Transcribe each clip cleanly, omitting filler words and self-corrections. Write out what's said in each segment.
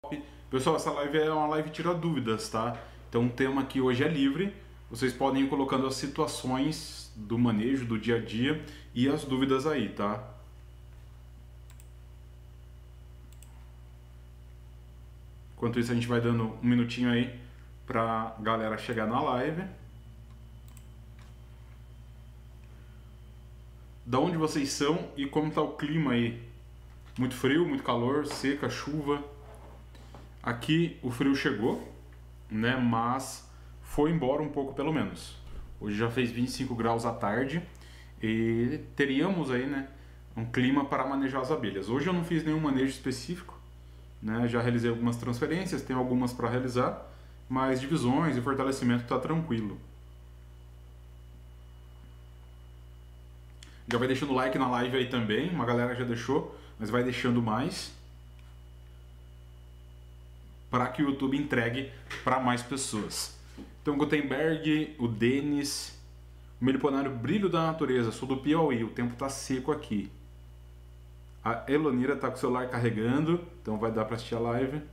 Pessoal, essa live é uma live tira dúvidas, tá? Então o tema aqui hoje é livre. Vocês podem ir colocando as situações do manejo do dia a dia e as dúvidas aí, tá? Enquanto isso a gente vai dando um minutinho aí pra galera chegar na live. Da onde vocês são e como tá o clima aí? Muito frio, muito calor, seca, chuva. Aqui o frio chegou, né? Mas foi embora um pouco pelo menos. Hoje já fez 25 graus à tarde e teríamos aí, né, um clima para manejar as abelhas. Hoje eu não fiz nenhum manejo específico, né? Já realizei algumas transferências, tenho algumas para realizar, mas divisões e fortalecimento está tranquilo. Já vai deixando like na live aí também, uma galera já deixou, mas vai deixando mais para que o YouTube entregue para mais pessoas. Então, Gutenberg, o Denis, o Meliponário Brilho da Natureza, sou do Piauí, o tempo tá seco aqui. A Elonira tá com o celular carregando, então vai dar para assistir a live.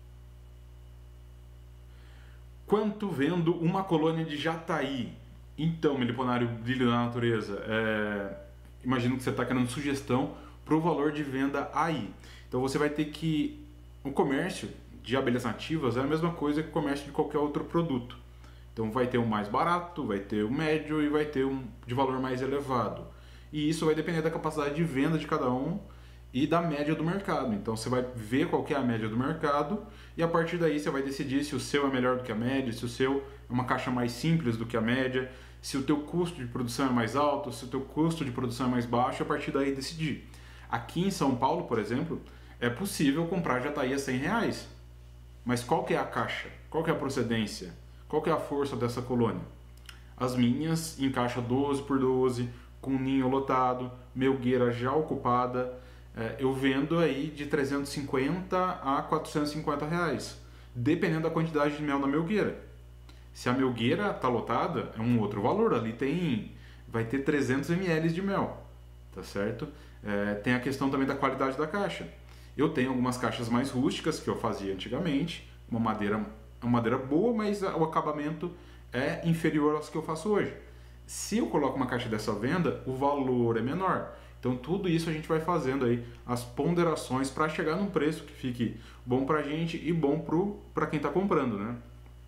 Quanto vendo uma colônia de jataí? Então, Meliponário Brilho da Natureza, imagino que você está querendo sugestão para o valor de venda aí. Então você vai ter que... O comércio de abelhas nativas é a mesma coisa que o comércio de qualquer outro produto. Então vai ter um mais barato, vai ter um médio e vai ter um de valor mais elevado. E isso vai depender da capacidade de venda de cada um e da média do mercado. Então você vai ver qual que é a média do mercado e a partir daí você vai decidir se o seu é melhor do que a média, se o seu é uma caixa mais simples do que a média, se o teu custo de produção é mais alto, se o teu custo de produção é mais baixo, e a partir daí decidir. Aqui em São Paulo, por exemplo, é possível comprar jataí a R$100. Mas qual que é a caixa? Qual que é a procedência? Qual que é a força dessa colônia? As minhas em caixa 12 por 12, com ninho lotado, melgueira já ocupada, eu vendo aí de 350 a R$450, dependendo da quantidade de mel na melgueira. Se a melgueira está lotada, é um outro valor, ali vai ter 300 ml de mel, tá certo? Tem a questão também da qualidade da caixa. Eu tenho algumas caixas mais rústicas que eu fazia antigamente, uma madeira boa, mas o acabamento é inferior aos que eu faço hoje. Se eu coloco uma caixa dessa à venda, o valor é menor. Então tudo isso a gente vai fazendo aí as ponderações para chegar num preço que fique bom para a gente e bom para quem está comprando, né?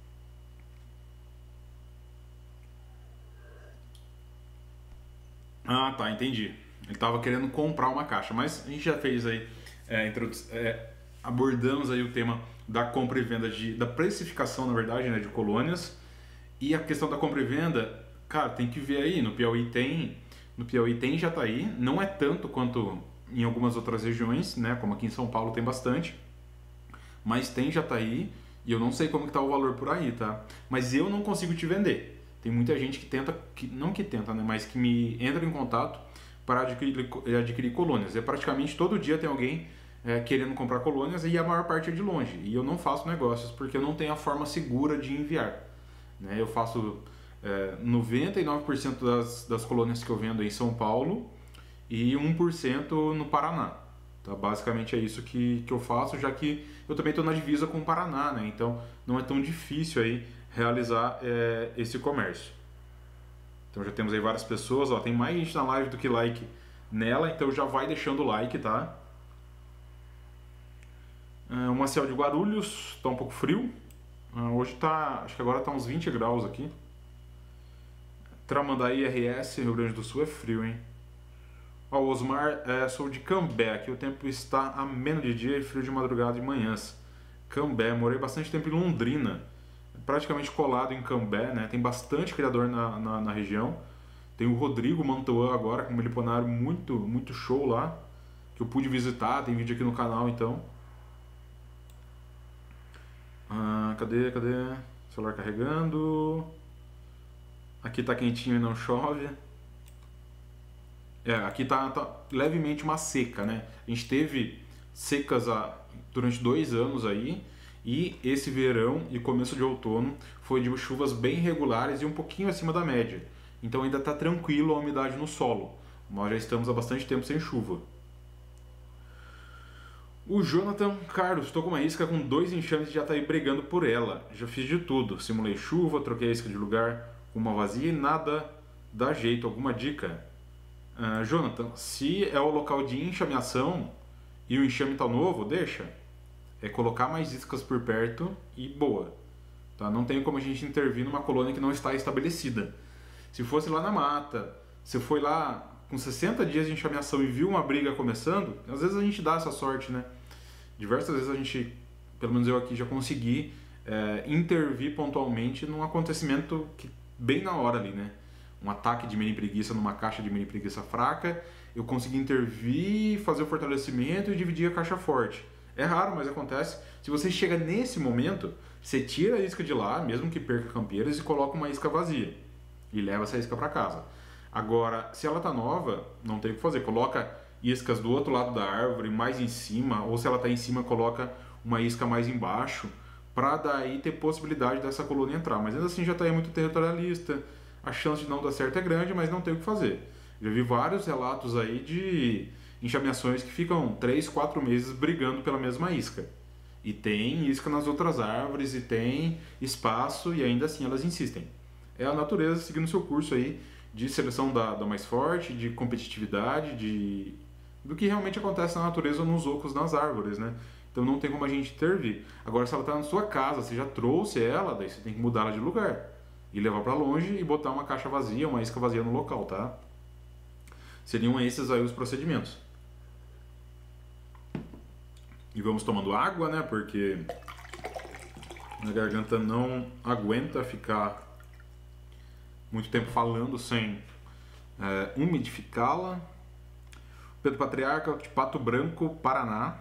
Ah, tá, entendi. Ele estava querendo comprar uma caixa, mas a gente já fez aí, abordamos aí o tema da compra e venda, da precificação, na verdade, né, de colônias. E a questão da compra e venda, cara, tem que ver aí, no Piauí tem jataí, não é tanto quanto em algumas outras regiões, né, como aqui em São Paulo tem bastante, mas tem jataí e eu não sei como que tá o valor por aí, tá? Mas eu não consigo te vender. Tem muita gente que tenta, não que tenta, né, mas que me entra em contato para adquirir colônias. Praticamente todo dia tem alguém querendo comprar colônias e a maior parte é de longe. E eu não faço negócios porque eu não tenho a forma segura de enviar. Né? Eu faço 99% das colônias que eu vendo em São Paulo e 1% no Paraná. Tá? Basicamente é isso que eu faço, já que eu também estou na divisa com o Paraná, né? Então não é tão difícil aí realizar esse comércio. Então já temos aí várias pessoas, ó, tem mais gente na live do que like nela, então já vai deixando o like, tá? O Maciel de Guarulhos, tá um pouco frio. Hoje tá, acho que agora tá uns 20 graus aqui. Tramandaí RS, Rio Grande do Sul é frio, hein? Ó, Osmar, sou de Cambé, aqui o tempo está ameno de dia e frio de madrugada e manhãs. Cambé, morei bastante tempo em Londrina, praticamente colado em Cambé, né? Tem bastante criador na região. Tem o Rodrigo Mantuan agora, com um meliponário muito show lá, que eu pude visitar, tem vídeo aqui no canal então. Cadê? Celular carregando. Aqui tá quentinho e não chove. Aqui tá levemente uma seca, né? A gente teve secas durante 2 anos aí. E esse verão e começo de outono foi de chuvas bem regulares e um pouquinho acima da média. Então ainda está tranquilo a umidade no solo. Nós já estamos há bastante tempo sem chuva. O Jonathan Carlos, estou com uma isca com 2 enxames e já tá aí brigando por ela. Já fiz de tudo. Simulei chuva, troquei a isca de lugar com uma vazia e nada dá jeito. Alguma dica? Jonathan, se é o local de enxameação e o enxame tá novo, deixa. É colocar mais iscas por perto e boa. Tá? Não tem como a gente intervir numa colônia que não está estabelecida. Se fosse lá na mata, se foi lá com 60 dias de enxameação e viu uma briga começando, às vezes a gente dá essa sorte, né? Diversas vezes a gente, pelo menos eu aqui, já consegui intervir pontualmente num acontecimento que, bem na hora ali, né? Um ataque de mini preguiça numa caixa de mini preguiça fraca, eu consegui intervir, fazer o fortalecimento e dividir a caixa forte. É raro, mas acontece. Se você chega nesse momento, você tira a isca de lá, mesmo que perca campeeiras, e coloca uma isca vazia. E leva essa isca para casa. Agora, se ela tá nova, não tem o que fazer. Coloca iscas do outro lado da árvore, mais em cima, ou se ela tá em cima, coloca uma isca mais embaixo, para daí ter possibilidade dessa colônia entrar. Mas ainda assim já tá aí muito territorialista, a chance de não dar certo é grande, mas não tem o que fazer. Já vi vários relatos aí de enxameações que ficam 3, 4 meses brigando pela mesma isca. E tem isca nas outras árvores, e tem espaço, e ainda assim elas insistem. É a natureza seguindo seu curso aí de seleção da mais forte, de competitividade, do que realmente acontece na natureza, nos ocos, nas árvores, né? Então não tem como a gente intervir. Agora, se ela está na sua casa, você já trouxe ela, daí você tem que mudar ela de lugar. E levar para longe e botar uma caixa vazia, uma isca vazia no local, tá? Seriam esses aí os procedimentos. E vamos tomando água, né? Porque a garganta não aguenta ficar muito tempo falando sem umidificá-la. Pedro Patriarca, de Pato Branco, Paraná.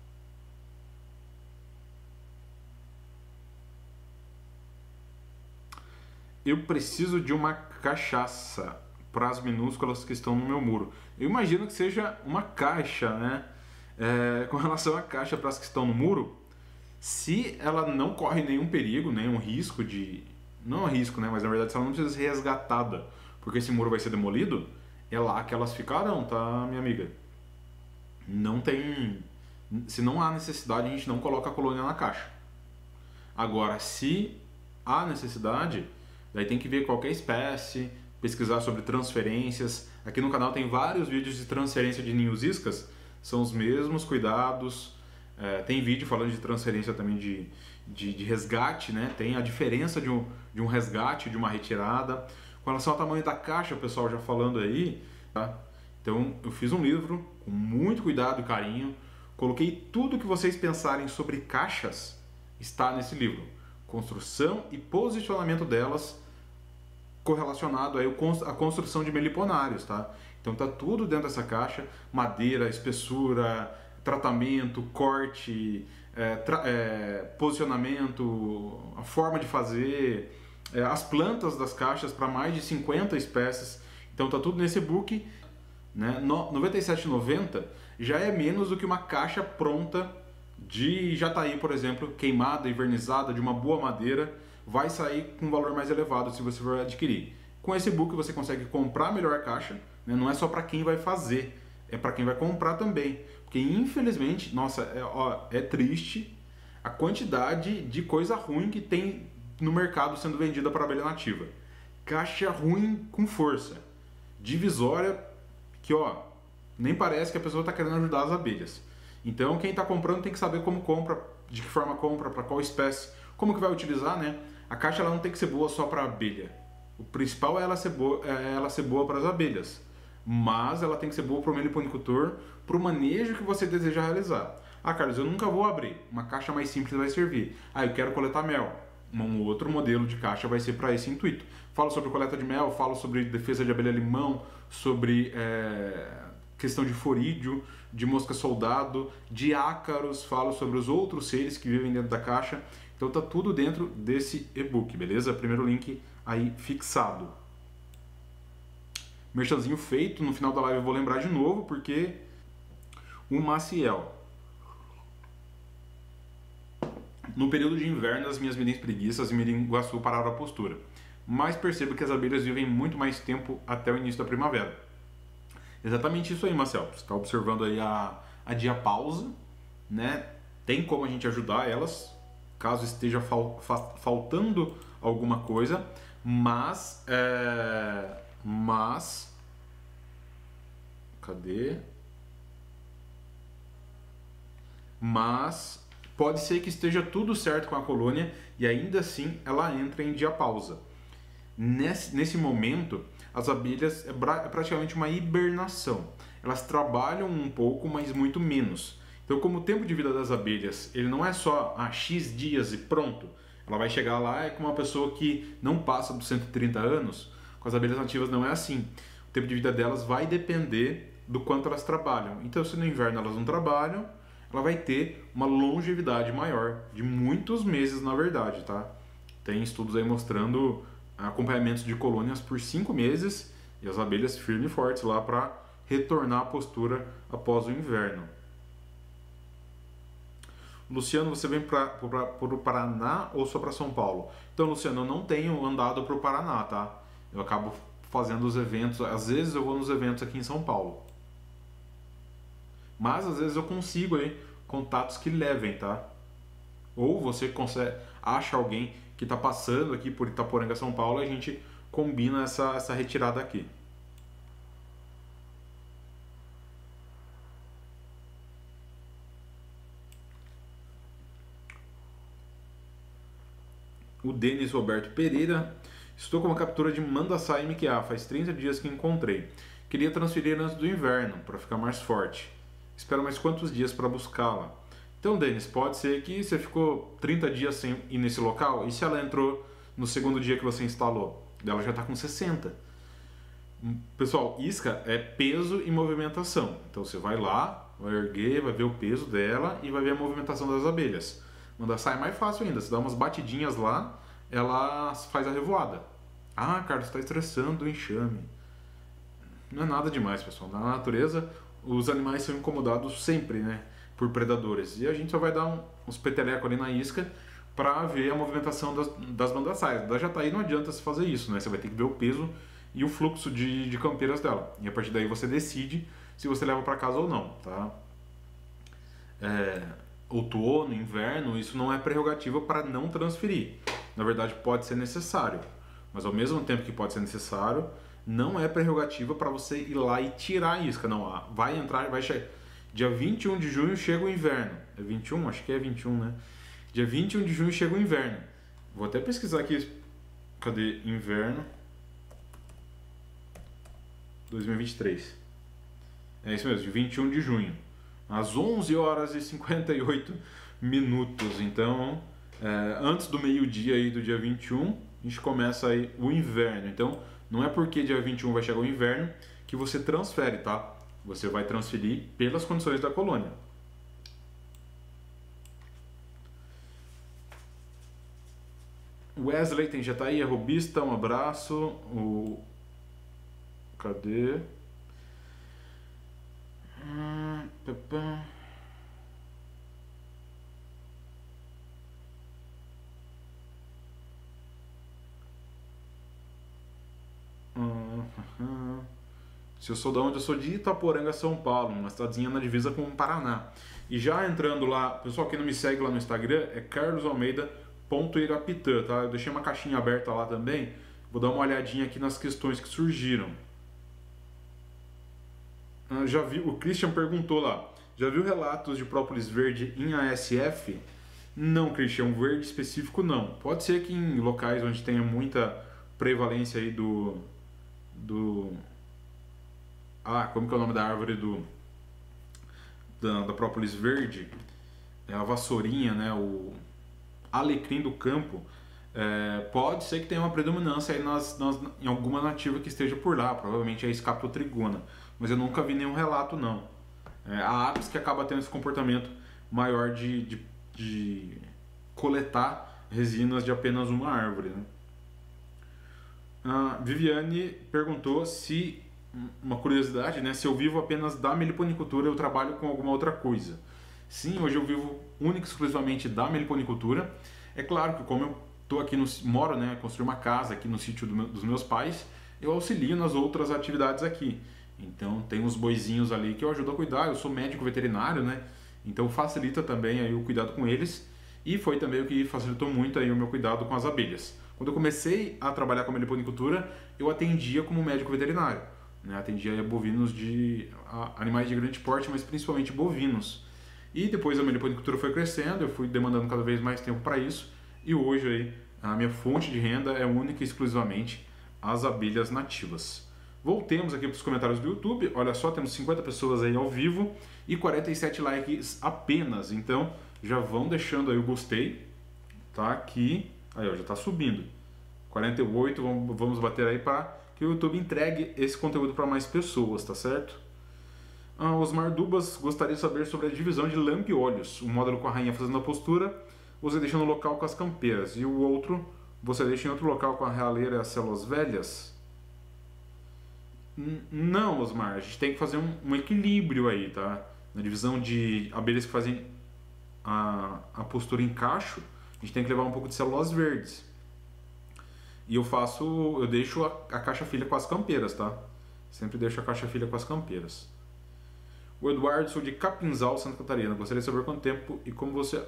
Eu preciso de uma cachaça para as minúsculas que estão no meu muro. Eu imagino que seja uma caixa, né? Com relação à caixa para as que estão no muro, se ela não corre nenhum perigo, nenhum risco de... Não é risco, né? Mas na verdade, se ela não precisa ser resgatada porque esse muro vai ser demolido, é lá que elas ficarão, tá, minha amiga? Não tem... Se não há necessidade, a gente não coloca a colônia na caixa. Agora, se há necessidade, daí tem que ver qualquer espécie, pesquisar sobre transferências. Aqui no canal tem vários vídeos de transferência de ninhos iscas, são os mesmos cuidados. Tem vídeo falando de transferência também de resgate, né? Tem a diferença de um resgate, de uma retirada. Com relação ao tamanho da caixa, o pessoal já falando aí, tá? Então eu fiz um livro com muito cuidado e carinho, coloquei tudo que vocês pensarem sobre caixas, está nesse livro. Construção e posicionamento delas correlacionado aí à construção de meliponários, tá? Então tá tudo dentro dessa caixa: madeira, espessura, tratamento, corte, posicionamento, a forma de fazer, as plantas das caixas para mais de 50 espécies. Então tá tudo nesse e-book, né? R$ 97,90 já é menos do que uma caixa pronta de jataí, por exemplo, queimada e vernizada, de uma boa madeira, vai sair com um valor mais elevado se você for adquirir. Com esse e-book você consegue comprar melhor a caixa, né? Não é só para quem vai fazer, é para quem vai comprar também. Porque infelizmente, nossa, é triste a quantidade de coisa ruim que tem no mercado sendo vendida para abelha nativa. Caixa ruim com força, divisória que nem parece que a pessoa está querendo ajudar as abelhas. Então quem está comprando tem que saber como compra, de que forma compra, para qual espécie, como que vai utilizar, né? A caixa ela não tem que ser boa só para abelha. O principal é ela ser boa para as abelhas, mas ela tem que ser boa para o meliponicultor, para o manejo que você deseja realizar. Ah, Carlos, eu nunca vou abrir. Uma caixa mais simples vai servir. Ah, eu quero coletar mel. Um outro modelo de caixa vai ser para esse intuito. Falo sobre coleta de mel, falo sobre defesa de abelha-limão, sobre questão de forídeo, de mosca soldado, de ácaros, falo sobre os outros seres que vivem dentro da caixa. Então tá tudo dentro desse e-book, beleza? Primeiro link aí fixado. Merchanzinho feito, no final da live eu vou lembrar de novo, porque o Maciel. No período de inverno, as minhas mirim preguiças e mirim guaçu pararam a postura. Mas percebo que as abelhas vivem muito mais tempo até o início da primavera. Exatamente isso aí, Marcel. Você está observando aí a diapausa, né? Tem como a gente ajudar elas, caso esteja faltando alguma coisa, mas cadê? Mas pode ser que esteja tudo certo com a colônia e ainda assim ela entra em diapausa. Nesse momento, as abelhas é praticamente uma hibernação. Elas trabalham um pouco, mas muito menos. Então, como o tempo de vida das abelhas ele não é só X dias e pronto, ela vai chegar lá com uma pessoa que não passa dos 130 anos, com as abelhas nativas não é assim. O tempo de vida delas vai depender do quanto elas trabalham. Então, se no inverno elas não trabalham, ela vai ter uma longevidade maior, de muitos meses na verdade, tá? Tem estudos aí mostrando acompanhamentos de colônias por 5 meses e as abelhas firmes e fortes lá para retornar à postura após o inverno. Luciano, você vem para o Paraná ou só para São Paulo? Então, Luciano, eu não tenho andado para o Paraná, tá? Eu acabo fazendo os eventos, às vezes eu vou nos eventos aqui em São Paulo. Mas às vezes eu consigo aí contatos que levem, tá? Ou você consegue, acha alguém que está passando aqui por Itaporanga, São Paulo, e a gente combina essa retirada aqui. O Denis Roberto Pereira. Estou com uma captura de Mandaçaí MQA, faz 30 dias que encontrei. Queria transferir antes do inverno, para ficar mais forte. Espero mais quantos dias para buscá-la? Então, Denis, pode ser que você ficou 30 dias sem ir nesse local, e se ela entrou no segundo dia que você instalou? Ela já está com 60. Pessoal, isca é peso e movimentação. Então você vai lá, vai erguer, vai ver o peso dela e vai ver a movimentação das abelhas. Mandaçaí é mais fácil ainda, você dá umas batidinhas lá, ela faz a revoada. Ah, Carlos, está estressando o enxame. Não é nada demais, pessoal. Na natureza, os animais são incomodados sempre, né, por predadores. E a gente só vai dar uns petelecos ali na isca para ver a movimentação das mandaçaias. Da jataí não adianta se fazer isso, né? Você vai ter que ver o peso e o fluxo de campeiras dela. E a partir daí você decide se você leva para casa ou não, tá? Outono, inverno, isso não é prerrogativa para não transferir. Na verdade, pode ser necessário. Mas ao mesmo tempo que pode ser necessário, não é prerrogativa para você ir lá e tirar a isca. Não, vai entrar, vai chegar. Dia 21 de junho chega o inverno. É 21? Acho que é 21, né? Dia 21 de junho chega o inverno. Vou até pesquisar aqui. Cadê inverno 2023? É isso mesmo, de 21 de junho. Às 11 horas e 58 minutos. Então, antes do meio-dia aí do dia 21, a gente começa aí o inverno. Então, não é porque dia 21 vai chegar o inverno que você transfere, tá? Você vai transferir pelas condições da colônia. Wesley tem jataí, é robista, um abraço. Cadê? Se eu sou da onde? Eu sou de Itaporanga, São Paulo, uma cidadezinha na divisa com o Paraná. E já entrando lá, pessoal, quem não me segue lá no Instagram é carlosalmeida.irapitã, tá? Eu deixei uma caixinha aberta lá também. Vou dar uma olhadinha aqui nas questões que surgiram. Já vi, o Christian perguntou lá, já viu relatos de própolis verde em ASF? Não, Christian, verde específico não. Pode ser que em locais onde tenha muita prevalência aí como que é o nome da árvore da própolis verde? É a vassourinha, né? O alecrim do campo. Pode ser que tenha uma predominância aí em alguma nativa que esteja por lá, provavelmente é a Scaptotrigona, mas eu nunca vi nenhum relato não. A apis que acaba tendo esse comportamento maior de coletar resinas de apenas uma árvore, né? A Viviane perguntou se, uma curiosidade, né, se eu vivo apenas da meliponicultura, eu trabalho com alguma outra coisa. Sim, hoje eu vivo única e exclusivamente da meliponicultura. É claro que como eu tô aqui moro, né, construí uma casa aqui no sítio dos meus pais, eu auxilio nas outras atividades aqui. Então tem uns boizinhos ali que eu ajudo a cuidar, eu sou médico veterinário, né? Então facilita também aí o cuidado com eles, e foi também o que facilitou muito aí o meu cuidado com as abelhas. Quando eu comecei a trabalhar com a meliponicultura, eu atendia como médico veterinário, né? Atendia bovinos animais de grande porte, mas principalmente bovinos. E depois a meliponicultura foi crescendo, eu fui demandando cada vez mais tempo para isso, e hoje aí a minha fonte de renda é única e exclusivamente as abelhas nativas. Voltemos aqui para os comentários do YouTube. Olha só, temos 50 pessoas aí ao vivo e 47 likes apenas. Então já vão deixando aí o gostei, tá? Aqui, aí ó, já está subindo. 48, vamos bater aí para que o YouTube entregue esse conteúdo para mais pessoas, tá certo? Osmar Dubas gostaria de saber sobre a divisão de lampiolhos. O módulo com a rainha fazendo a postura, você deixa no local com as campeiras, e o outro você deixa em outro local com a realeira e as células velhas? Não, Osmar, a gente tem que fazer um equilíbrio aí, tá? Na divisão de abelhas que fazem a postura em cacho, a gente tem que levar um pouco de células verdes. E eu deixo a caixa filha com as campeiras, tá? Sempre deixo a caixa filha com as campeiras. O Eduardo, sou de Capinzal, Santa Catarina. Gostaria de saber quanto tempo e como você...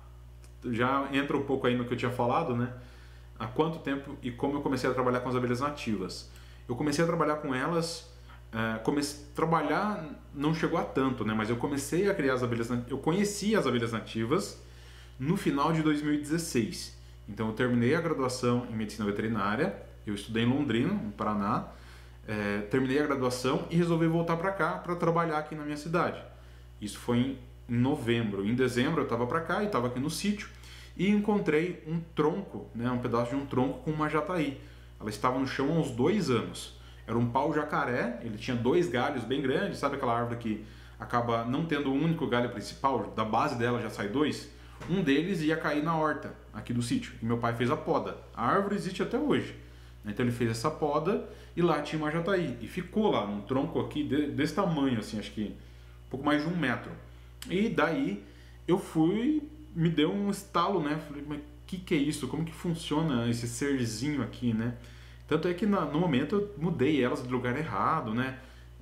já entra um pouco aí no que eu tinha falado, né? Há quanto tempo e como eu comecei a trabalhar com as abelhas nativas. Eu comecei a trabalhar com elas... trabalhar não chegou a tanto, né? Mas eu comecei a criar as abelhas... Eu conheci as abelhas nativas no final de 2016. Então eu terminei a graduação em Medicina Veterinária. Eu estudei em Londrina, no Paraná. Terminei a graduação e resolvi voltar para cá para trabalhar aqui na minha cidade. Isso foi em novembro. Em dezembro eu estava para cá e estava aqui no sítio e encontrei um tronco, né, um pedaço de um tronco com uma jataí. Ela estava no chão há uns 2 anos. Era um pau-jacaré, ele tinha 2 galhos bem grandes, sabe aquela árvore que acaba não tendo um único galho principal, da base dela já sai 2? Um deles ia cair na horta aqui do sítio e meu pai fez a poda. A árvore existe até hoje. Então ele fez essa poda e lá tinha uma jataí. E ficou lá, num tronco aqui desse tamanho, assim, acho que um pouco mais de 1 metro. E daí eu me deu um estalo, né? Falei, mas que é isso? Como que funciona esse serzinho aqui, né? Tanto é que no momento eu mudei elas do lugar errado, né?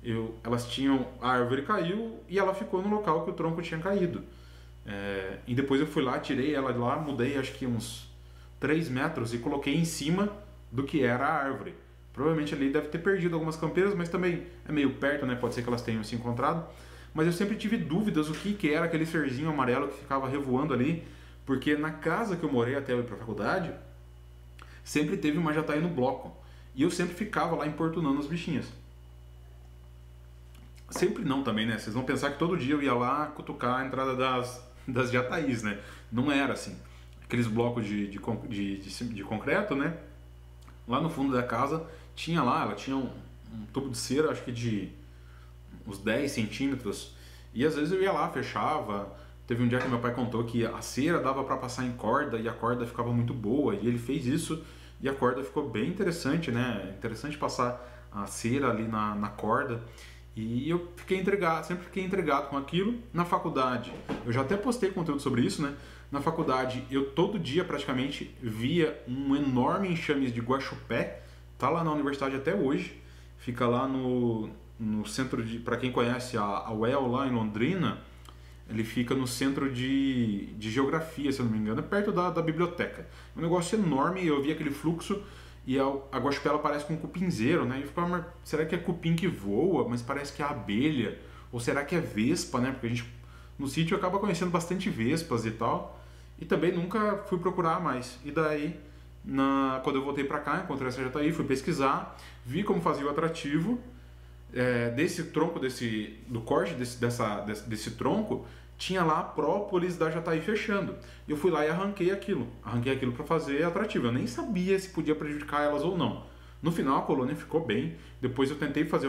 A árvore caiu e ela ficou no local que o tronco tinha caído. E depois eu fui lá, tirei ela de lá, mudei acho que uns 3 metros e coloquei em cima do que era a árvore. Provavelmente ali deve ter perdido algumas campeiras, mas também é meio perto, né? Pode ser que elas tenham se encontrado. Mas eu sempre tive dúvidas o que era aquele serzinho amarelo que ficava revoando ali, porque na casa que eu morei até eu ir para a faculdade, sempre teve uma jataí no bloco. E eu sempre ficava lá importunando as bichinhas. Sempre não também, né? Vocês vão pensar que todo dia eu ia lá cutucar a entrada das jataís, né? Não era assim. Aqueles blocos de concreto, né? Lá no fundo da casa ela tinha um tubo de cera, acho que de uns 10 centímetros, e às vezes eu ia lá, fechava. Teve um dia que meu pai contou que a cera dava para passar em corda e a corda ficava muito boa, e ele fez isso e a corda ficou bem interessante, né? Interessante passar a cera ali na corda. E eu sempre fiquei intrigado com aquilo. Na faculdade, eu já até postei conteúdo sobre isso, né? Na faculdade, eu todo dia praticamente via um enorme enxame de guaxupé. Tá lá na universidade até hoje. Fica lá no centro de... Para quem conhece a UEL lá em Londrina, ele fica no centro de geografia, se eu não me engano, perto da biblioteca. É um negócio enorme, eu vi aquele fluxo e a guaxupé ela parece com um cupinzeiro, né? E eu ficava, mas será que é cupim que voa? Mas parece que é abelha. Ou será que é vespa, né? Porque a gente no sítio acaba conhecendo bastante vespas e tal. E também nunca fui procurar mais. E daí, quando eu voltei pra cá, encontrei essa jataí, fui pesquisar, vi como fazia o atrativo. Desse tronco, do corte desse tronco, tinha lá a própolis da jataí fechando. E eu fui lá e arranquei aquilo para fazer atrativo. Eu nem sabia se podia prejudicar elas ou não. No final a colônia ficou bem. Depois eu tentei fazer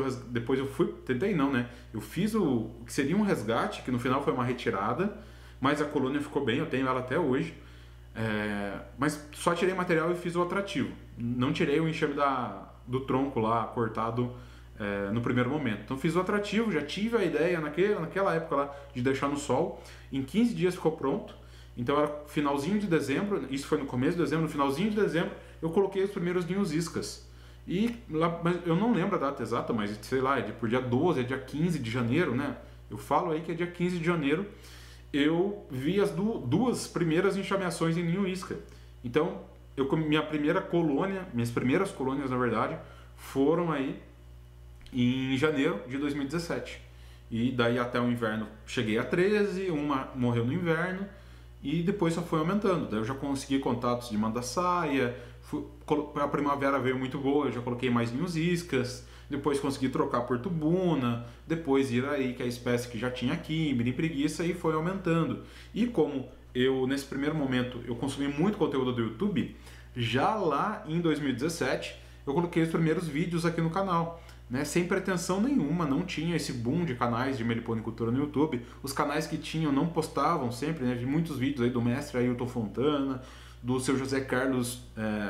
eu fiz o que seria um resgate, que no final foi uma retirada, mas a colônia ficou bem, eu tenho ela até hoje. Mas só tirei material e fiz o atrativo. Não tirei o enxame do tronco lá cortado no primeiro momento. Então fiz o atrativo, já tive a ideia naquela época lá de deixar no sol. Em 15 dias ficou pronto. Então era finalzinho de dezembro, isso foi no começo de dezembro, no finalzinho de dezembro eu coloquei os primeiros ninhos iscas. E lá, mas eu não lembro a data exata, mas sei lá, por dia 12, é dia 15 de janeiro, né? Eu falo aí que é dia 15 de janeiro. eu vi as duas primeiras enxameações em ninho isca. Então, minhas primeiras colônias, na verdade, foram aí em janeiro de 2017. E daí até o inverno cheguei a 13, uma morreu no inverno e depois só foi aumentando. Daí eu já consegui contatos de mandaçaia, a primavera veio muito boa, eu já coloquei mais ninhos iscas, depois consegui trocar por tubuna, depois iraí, que é a espécie que já tinha aqui, mirim preguiça, e foi aumentando. E como eu, nesse primeiro momento, eu consumi muito conteúdo do YouTube, já lá em 2017 eu coloquei os primeiros vídeos aqui no canal. Né, sem pretensão nenhuma, não tinha esse boom de canais de meliponicultura no YouTube. Os canais que tinham não postavam sempre, né, vi muitos vídeos aí do mestre Ailton Fontana, do seu José Carlos,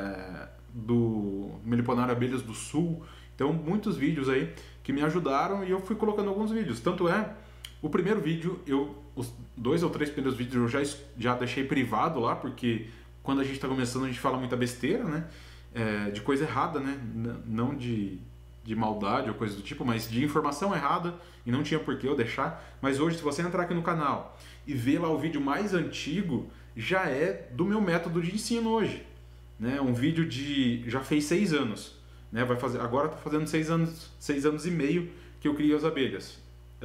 do Meliponário Abelhas do Sul. Então, muitos vídeos aí que me ajudaram e eu fui colocando alguns vídeos. Tanto é, o primeiro vídeo, os 2 ou 3 primeiros vídeos eu já deixei privado lá, porque quando a gente está começando a gente fala muita besteira, né, de coisa errada, né, não de maldade ou coisa do tipo, mas de informação errada, e não tinha por que eu deixar. Mas hoje, se você entrar aqui no canal e ver lá o vídeo mais antigo, já é do meu método de ensino hoje, né? Um vídeo já fez 6 anos, né? Agora está fazendo 6 anos e meio que eu criei as abelhas.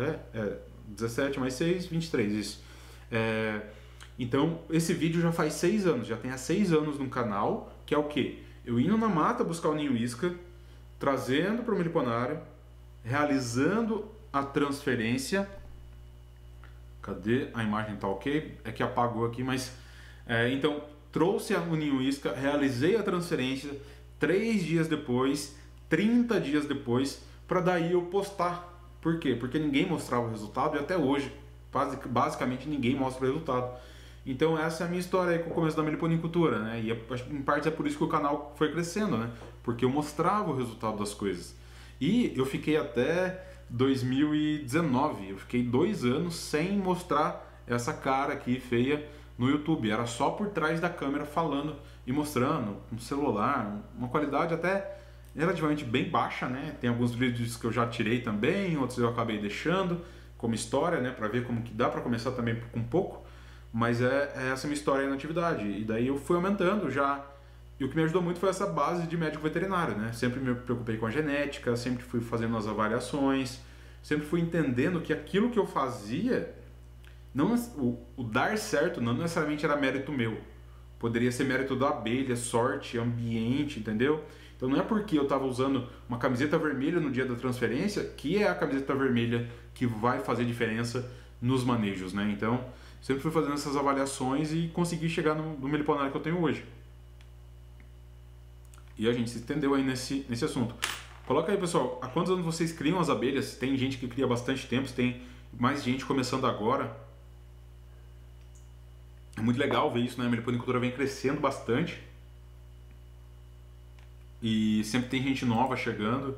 17 mais 6, 23, isso. Então, esse vídeo já faz 6 anos, já tem há 6 anos no canal, que é o quê? Eu indo na mata buscar o ninho isca, trazendo para o meliponário, realizando a transferência. Cadê? A imagem tá ok? É que apagou aqui, mas... então, trouxe o ninho isca, realizei a transferência, 3 dias depois, 30 dias depois, para daí eu postar. Por quê? Porque ninguém mostrava o resultado e até hoje, basicamente, ninguém mostra o resultado. Então essa é a minha história aí com o começo da meliponicultura, né? E em parte é por isso que o canal foi crescendo, né? Porque eu mostrava o resultado das coisas. E eu fiquei até 2019, eu fiquei 2 anos sem mostrar essa cara aqui feia no YouTube. Era só por trás da câmera falando e mostrando um celular, uma qualidade até relativamente bem baixa, né? Tem alguns vídeos que eu já tirei também, outros eu acabei deixando como história, né? Para ver como que dá para começar também com pouco. Mas essa é a minha história aí na atividade. E daí eu fui aumentando já. E o que me ajudou muito foi essa base de médico veterinário, né? Sempre me preocupei com a genética, sempre fui fazendo as avaliações, sempre fui entendendo que aquilo que eu fazia, o dar certo não necessariamente era mérito meu. Poderia ser mérito da abelha, sorte, ambiente, entendeu? Então não é porque eu estava usando uma camiseta vermelha no dia da transferência que é a camiseta vermelha que vai fazer diferença nos manejos, né? Então... sempre fui fazendo essas avaliações e consegui chegar no meliponário que eu tenho hoje. E a gente se entendeu aí nesse assunto. Coloca aí, pessoal, há quantos anos vocês criam as abelhas? Tem gente que cria há bastante tempo, tem mais gente começando agora. É muito legal ver isso, né? A meliponicultura vem crescendo bastante. E sempre tem gente nova chegando.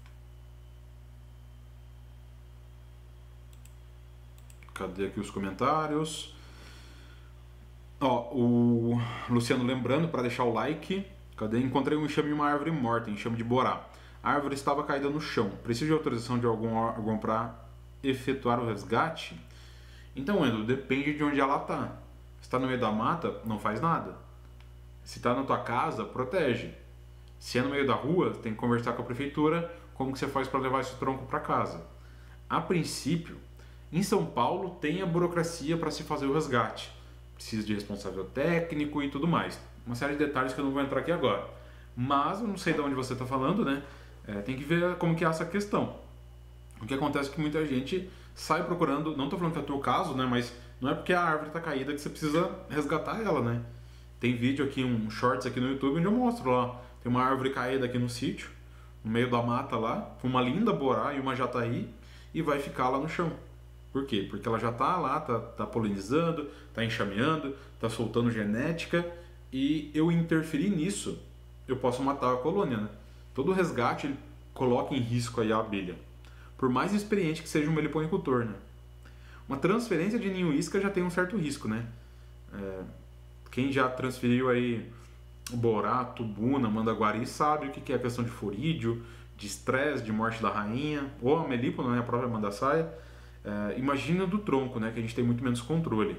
Cadê aqui os comentários? Ó, o Luciano lembrando para deixar o like. Cadê? Encontrei um enxame de uma árvore morta, enxame de borá. A árvore estava caída no chão. Preciso de autorização de algum órgão para efetuar o resgate? Então, Endo, depende de onde ela está. Se está no meio da mata, não faz nada. Se está na tua casa, protege. Se é no meio da rua, tem que conversar com a prefeitura como que você faz para levar esse tronco para casa. A princípio, em São Paulo tem a burocracia para se fazer o resgate. Precisa de responsável técnico e tudo mais. Uma série de detalhes que eu não vou entrar aqui agora. Mas eu não sei de onde você está falando, né? Tem que ver como que é essa questão. O que acontece é que muita gente sai procurando, não estou falando que é o teu caso, né? Mas não é porque a árvore está caída que você precisa resgatar ela, né? Tem vídeo aqui, um shorts aqui no YouTube onde eu mostro lá. Tem uma árvore caída aqui no sítio, no meio da mata lá, uma linda borá e uma jataí, e vai ficar lá no chão. Por quê? Porque ela já está lá, tá polinizando, está enxameando, está soltando genética, e eu interferir nisso, eu posso matar a colônia, né? Todo resgate ele coloca em risco aí a abelha, por mais experiente que seja um meliponicultor, né? Uma transferência de ninho isca já tem um certo risco, né? Quem já transferiu aí borá, tubuna, mandaguari sabe o que é a questão de forídeo, de estresse, de morte da rainha, ou a melípona, né, a própria mandaçaia. Imagina do tronco, né, que a gente tem muito menos controle.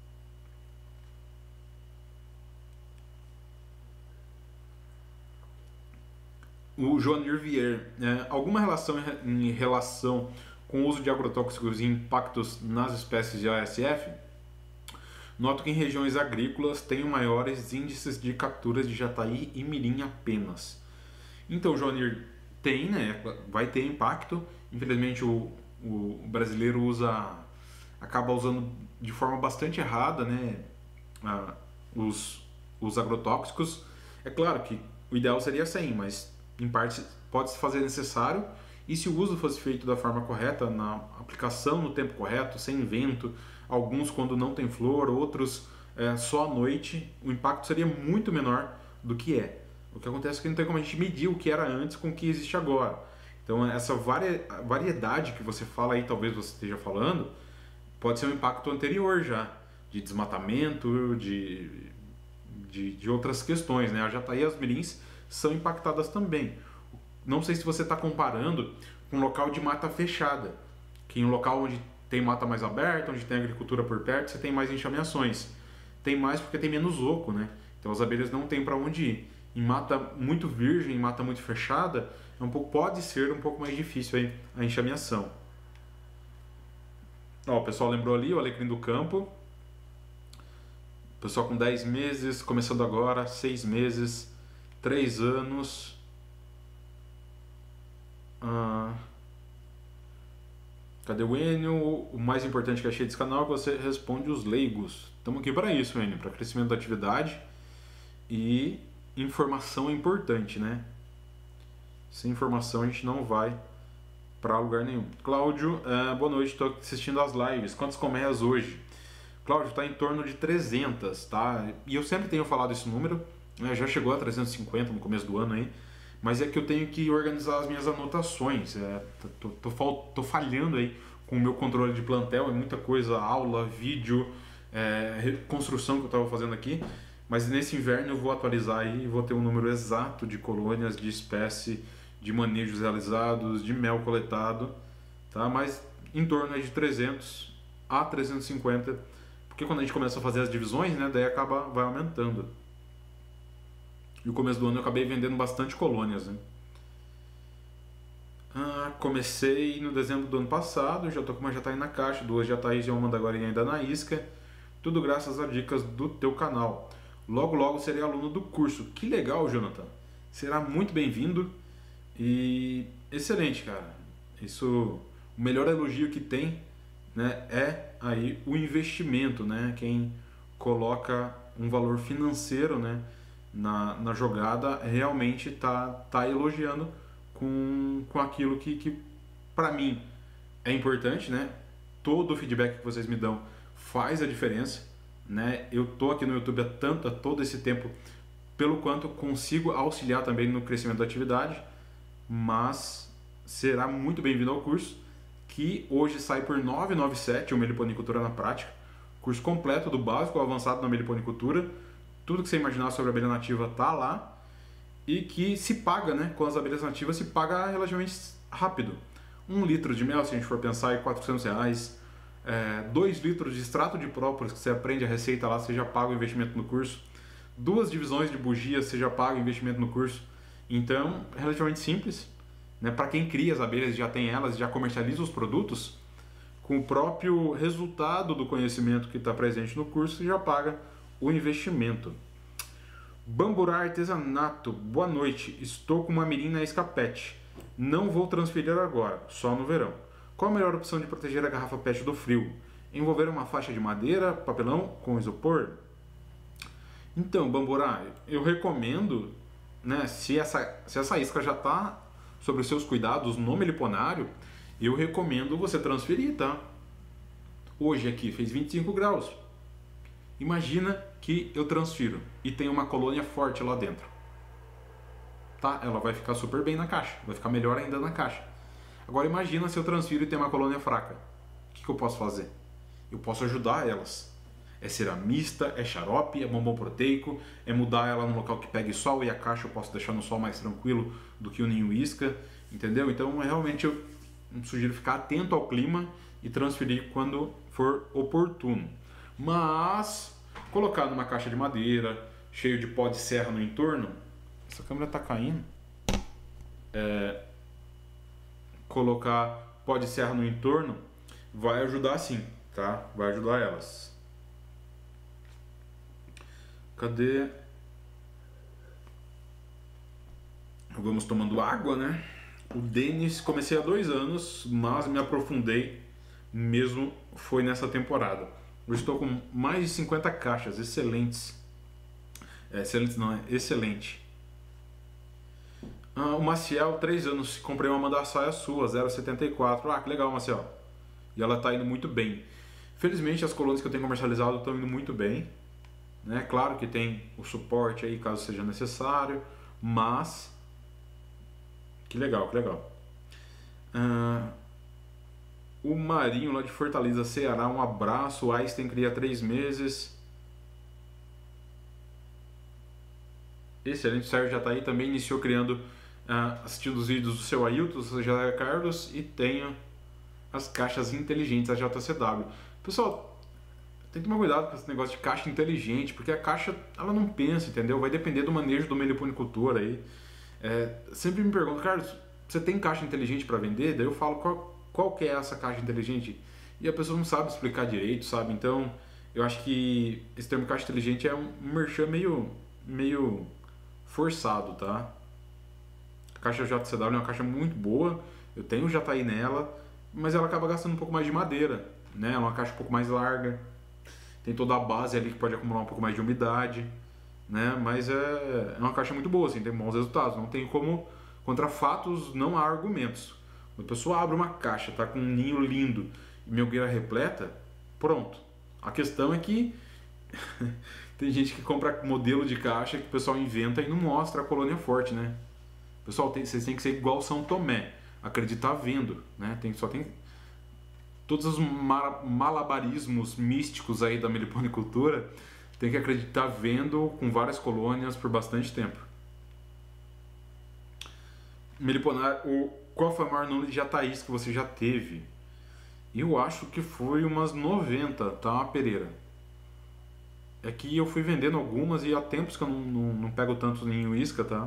O Joanir Vier, alguma relação em relação com o uso de agrotóxicos e impactos nas espécies de ASF? Noto que em regiões agrícolas tem maiores índices de capturas de jataí e mirim apenas. Então, Joanir, tem, né? Vai ter impacto. Infelizmente, o brasileiro acaba usando de forma bastante errada, né, os agrotóxicos. É claro que o ideal seria sem, mas em parte pode se fazer necessário, e se o uso fosse feito da forma correta, na aplicação no tempo correto, sem vento, alguns quando não tem flor, outros só à noite, o impacto seria muito menor do que é. O que acontece é que não tem como a gente medir o que era antes com o que existe agora. Então essa variedade que você fala aí, talvez você esteja falando, pode ser um impacto anterior já, de desmatamento, de outras questões, né? A jataí e as mirins são impactadas também. Não sei se você está comparando com um local de mata fechada, que em um local onde tem mata mais aberta, onde tem agricultura por perto, você tem mais enxameações. Tem mais porque tem menos oco, né? Então as abelhas não têm para onde ir. Em mata muito virgem, em mata muito fechada, pode ser um pouco mais difícil aí a enxameação. Ó, o pessoal lembrou ali o alecrim do campo. Pessoal com 10 meses, começando agora, 6 meses, 3 anos. Cadê o Enio? O mais importante que achei desse canal é que você responde os leigos. Estamos aqui para isso, Enio, para crescimento da atividade, e informação é importante, né? Sem informação a gente não vai para lugar nenhum. Cláudio, boa noite, estou assistindo as lives. Quantas colmeias hoje? Cláudio, está em torno de 300, tá? E eu sempre tenho falado esse número, né? Já chegou a 350 no começo do ano aí, mas é que eu tenho que organizar as minhas anotações. Tô falhando aí com o meu controle de plantel, é muita coisa, aula, vídeo, construção que eu estava fazendo aqui, mas nesse inverno eu vou atualizar aí e vou ter um número exato de colônias, de espécie, de manejos realizados, de mel coletado, tá? Mas em torno aí de 300 a 350, porque quando a gente começa a fazer as divisões, né, daí vai aumentando. E no começo do ano eu acabei vendendo bastante colônias, né? Comecei no dezembro do ano passado, já tô com uma jataí na caixa, 2 jataís e uma mandaguarinha ainda na isca, tudo graças a dicas do teu canal. Logo logo serei aluno do curso. Que legal, Jonathan. Será muito bem-vindo e excelente, cara. Isso, o melhor elogio que tem, né, é aí o investimento, né? Quem coloca um valor financeiro, né, na jogada realmente tá elogiando com aquilo que para mim é importante, né? Todo o feedback que vocês me dão faz a diferença, né? Eu tô aqui no YouTube há todo esse tempo, pelo quanto consigo auxiliar também no crescimento da atividade, mas será muito bem-vindo ao curso, que hoje sai por R$ 997, o Meliponicultura na Prática, curso completo do básico ao avançado na meliponicultura, tudo que você imaginar sobre a abelha nativa tá lá, e que se paga, né? Com as abelhas nativas se paga relativamente rápido. 1 litro de mel, se a gente for pensar, é R$400. 2 litros de extrato de própolis, que você aprende a receita lá, você já paga o investimento no curso. 2 divisões de bugias, você já paga o investimento no curso. Então, é relativamente simples, né? Para quem cria as abelhas, já tem elas, já comercializa os produtos, com o próprio resultado do conhecimento que está presente no curso, você já paga o investimento. Bamburá Artesanato, boa noite. Estou com uma mirim na escapete. Não vou transferir agora, só no verão. Qual a melhor opção de proteger a garrafa PET do frio? Envolver uma faixa de madeira, papelão com isopor? Então, Bamburá, eu recomendo, né, se essa isca já está sobre os seus cuidados no meliponário, eu recomendo você transferir, tá? Hoje aqui fez 25 graus. Imagina que eu transfiro e tem uma colônia forte lá dentro. Tá? Ela vai ficar super bem na caixa, vai ficar melhor ainda na caixa. Agora imagina se eu transfiro e tem uma colônia fraca. O que eu posso fazer? Eu posso ajudar elas. É ceramista, é xarope, é bombom proteico, é mudar ela no local que pegue sol, e a caixa eu posso deixar no sol mais tranquilo do que o ninho isca, entendeu? Então realmente eu sugiro ficar atento ao clima, e transferir quando for oportuno. Mas colocar numa caixa de madeira, cheio de pó de serra no entorno, essa câmera está caindo, colocar pó de serra no entorno vai ajudar sim, tá? Vai ajudar elas. Cadê? Vamos tomando água, né? O Denis comecei há 2 anos, mas me aprofundei mesmo foi nessa temporada. Eu estou com mais de 50 caixas, excelentes. Excelentes não, é excelente. O Maciel, 3 anos, comprei uma mandaçaia sua, 0,74. Ah, que legal, Maciel. E ela está indo muito bem. Felizmente as colônias que eu tenho comercializado estão indo muito bem, né? Claro que tem o suporte aí caso seja necessário, mas que legal, que legal. O Marinho lá de Fortaleza, Ceará, um abraço. O Einstein cria 3 meses. Excelente, o Sérgio já está aí, também iniciou criando, assistindo os vídeos do seu Ailton, do seu José Carlos, e tenho as caixas inteligentes, a JCW. Pessoal, tem que tomar cuidado com esse negócio de caixa inteligente, porque a caixa, ela não pensa, entendeu? Vai depender do manejo do meliponicultor aí. Sempre me perguntam, Carlos, você tem caixa inteligente para vender? Daí eu falo, qual que é essa caixa inteligente? E a pessoa não sabe explicar direito, sabe? Então, eu acho que esse termo caixa inteligente é um merchan meio forçado, tá? A caixa JCW é uma caixa muito boa, eu tenho Jataí nela, mas ela acaba gastando um pouco mais de madeira, né? É uma caixa um pouco mais larga, tem toda a base ali que pode acumular um pouco mais de umidade, né? Mas é uma caixa muito boa, assim, tem bons resultados, não tem como, contra fatos não há argumentos. Quando a pessoa abre uma caixa, tá com um ninho lindo e melgueira repleta, pronto. A questão é que tem gente que compra modelo de caixa que o pessoal inventa e não mostra a colônia forte, né? Pessoal, vocês têm que ser igual São Tomé, acreditar vendo, né? Só tem todos os malabarismos místicos aí da meliponicultura, tem que acreditar vendo com várias colônias por bastante tempo. Meliponário, qual foi o maior número de jataís que você já teve? Eu acho que foi umas 90, tá, Pereira? É que eu fui vendendo algumas e há tempos que eu não pego tanto ninho isca, tá?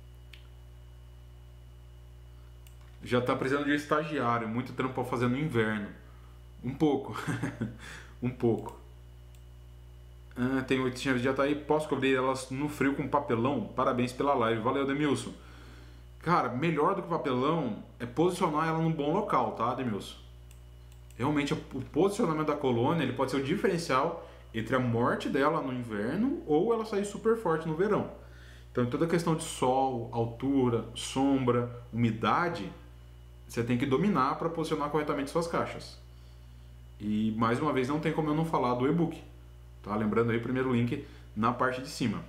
Já tá precisando de um estagiário, muito trampo pra fazer no inverno. Um pouco. Um pouco. Tem 8 chaves de jataí, posso cobrir elas no frio com papelão? Parabéns pela live. Valeu, Demilson. Cara, melhor do que papelão é posicionar ela num bom local, tá, Demilson? Realmente o posicionamento da colônia ele pode ser o diferencial entre a morte dela no inverno ou ela sair super forte no verão. Então toda a questão de sol, altura, sombra, umidade, você tem que dominar para posicionar corretamente suas caixas. E mais uma vez não tem como eu não falar do e-book, tá? Lembrando aí o primeiro link na parte de cima.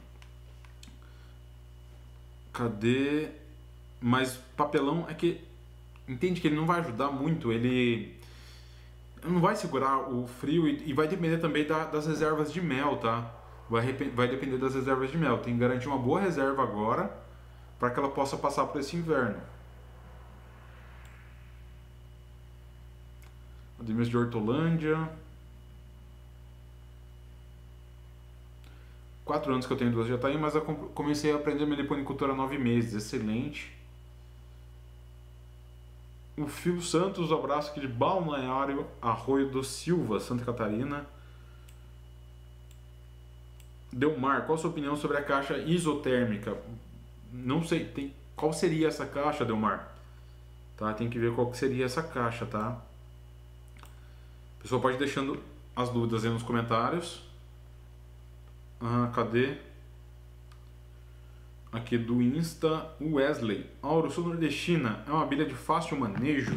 Cadê? Mas papelão é que entende que ele não vai ajudar muito, ele não vai segurar o frio e vai depender também das reservas de mel, tá? Vai depender das reservas de mel. Tem que garantir uma boa reserva agora para que ela possa passar por esse inverno. Ademir de Hortolândia. 4 anos que eu tenho 2 jataí, mas eu comecei a aprender meliponicultura há 9 meses. Excelente. O Fio Santos, abraço aqui de Balneário Arroio do Silva, Santa Catarina. Delmar, qual a sua opinião sobre a caixa isotérmica? Não sei, qual seria essa caixa, Delmar? Tá, tem que ver qual que seria essa caixa, tá? O pessoal pode ir deixando as dúvidas aí nos comentários. Cadê? Aqui do Insta, Wesley. Auro, sul nordestina, é uma abelha de fácil manejo?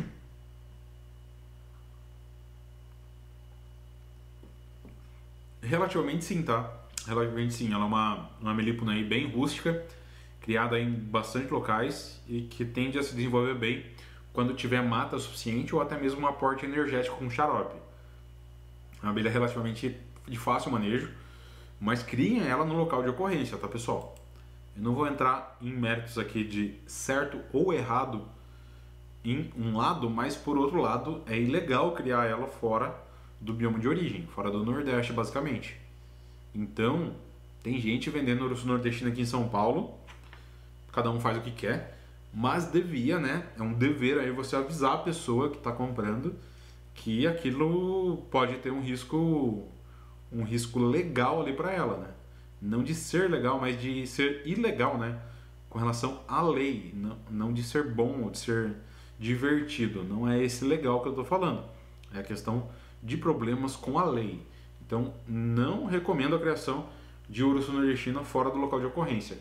Relativamente sim, tá? Relativamente sim. Ela é uma melípona aí bem rústica, criada em bastante locais e que tende a se desenvolver bem quando tiver mata suficiente ou até mesmo um aporte energético com xarope. É uma abelha relativamente de fácil manejo, mas criem ela no local de ocorrência, tá, pessoal? Eu não vou entrar em méritos aqui de certo ou errado em um lado, mas por outro lado é ilegal criar ela fora do bioma de origem, fora do Nordeste, basicamente. Então, tem gente vendendo urso nordestino aqui em São Paulo, cada um faz o que quer, mas devia, né? É um dever aí você avisar a pessoa que está comprando que aquilo pode ter um risco legal ali para ela, né? Não de ser legal, mas de ser ilegal, né? Com relação à lei, não de ser bom ou de ser divertido. Não é esse legal que eu estou falando. É a questão de problemas com a lei. Então, não recomendo a criação de urso nordestino fora do local de ocorrência.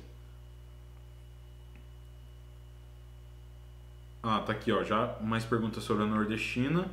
Ah, tá aqui, ó. Já mais perguntas sobre a nordestina.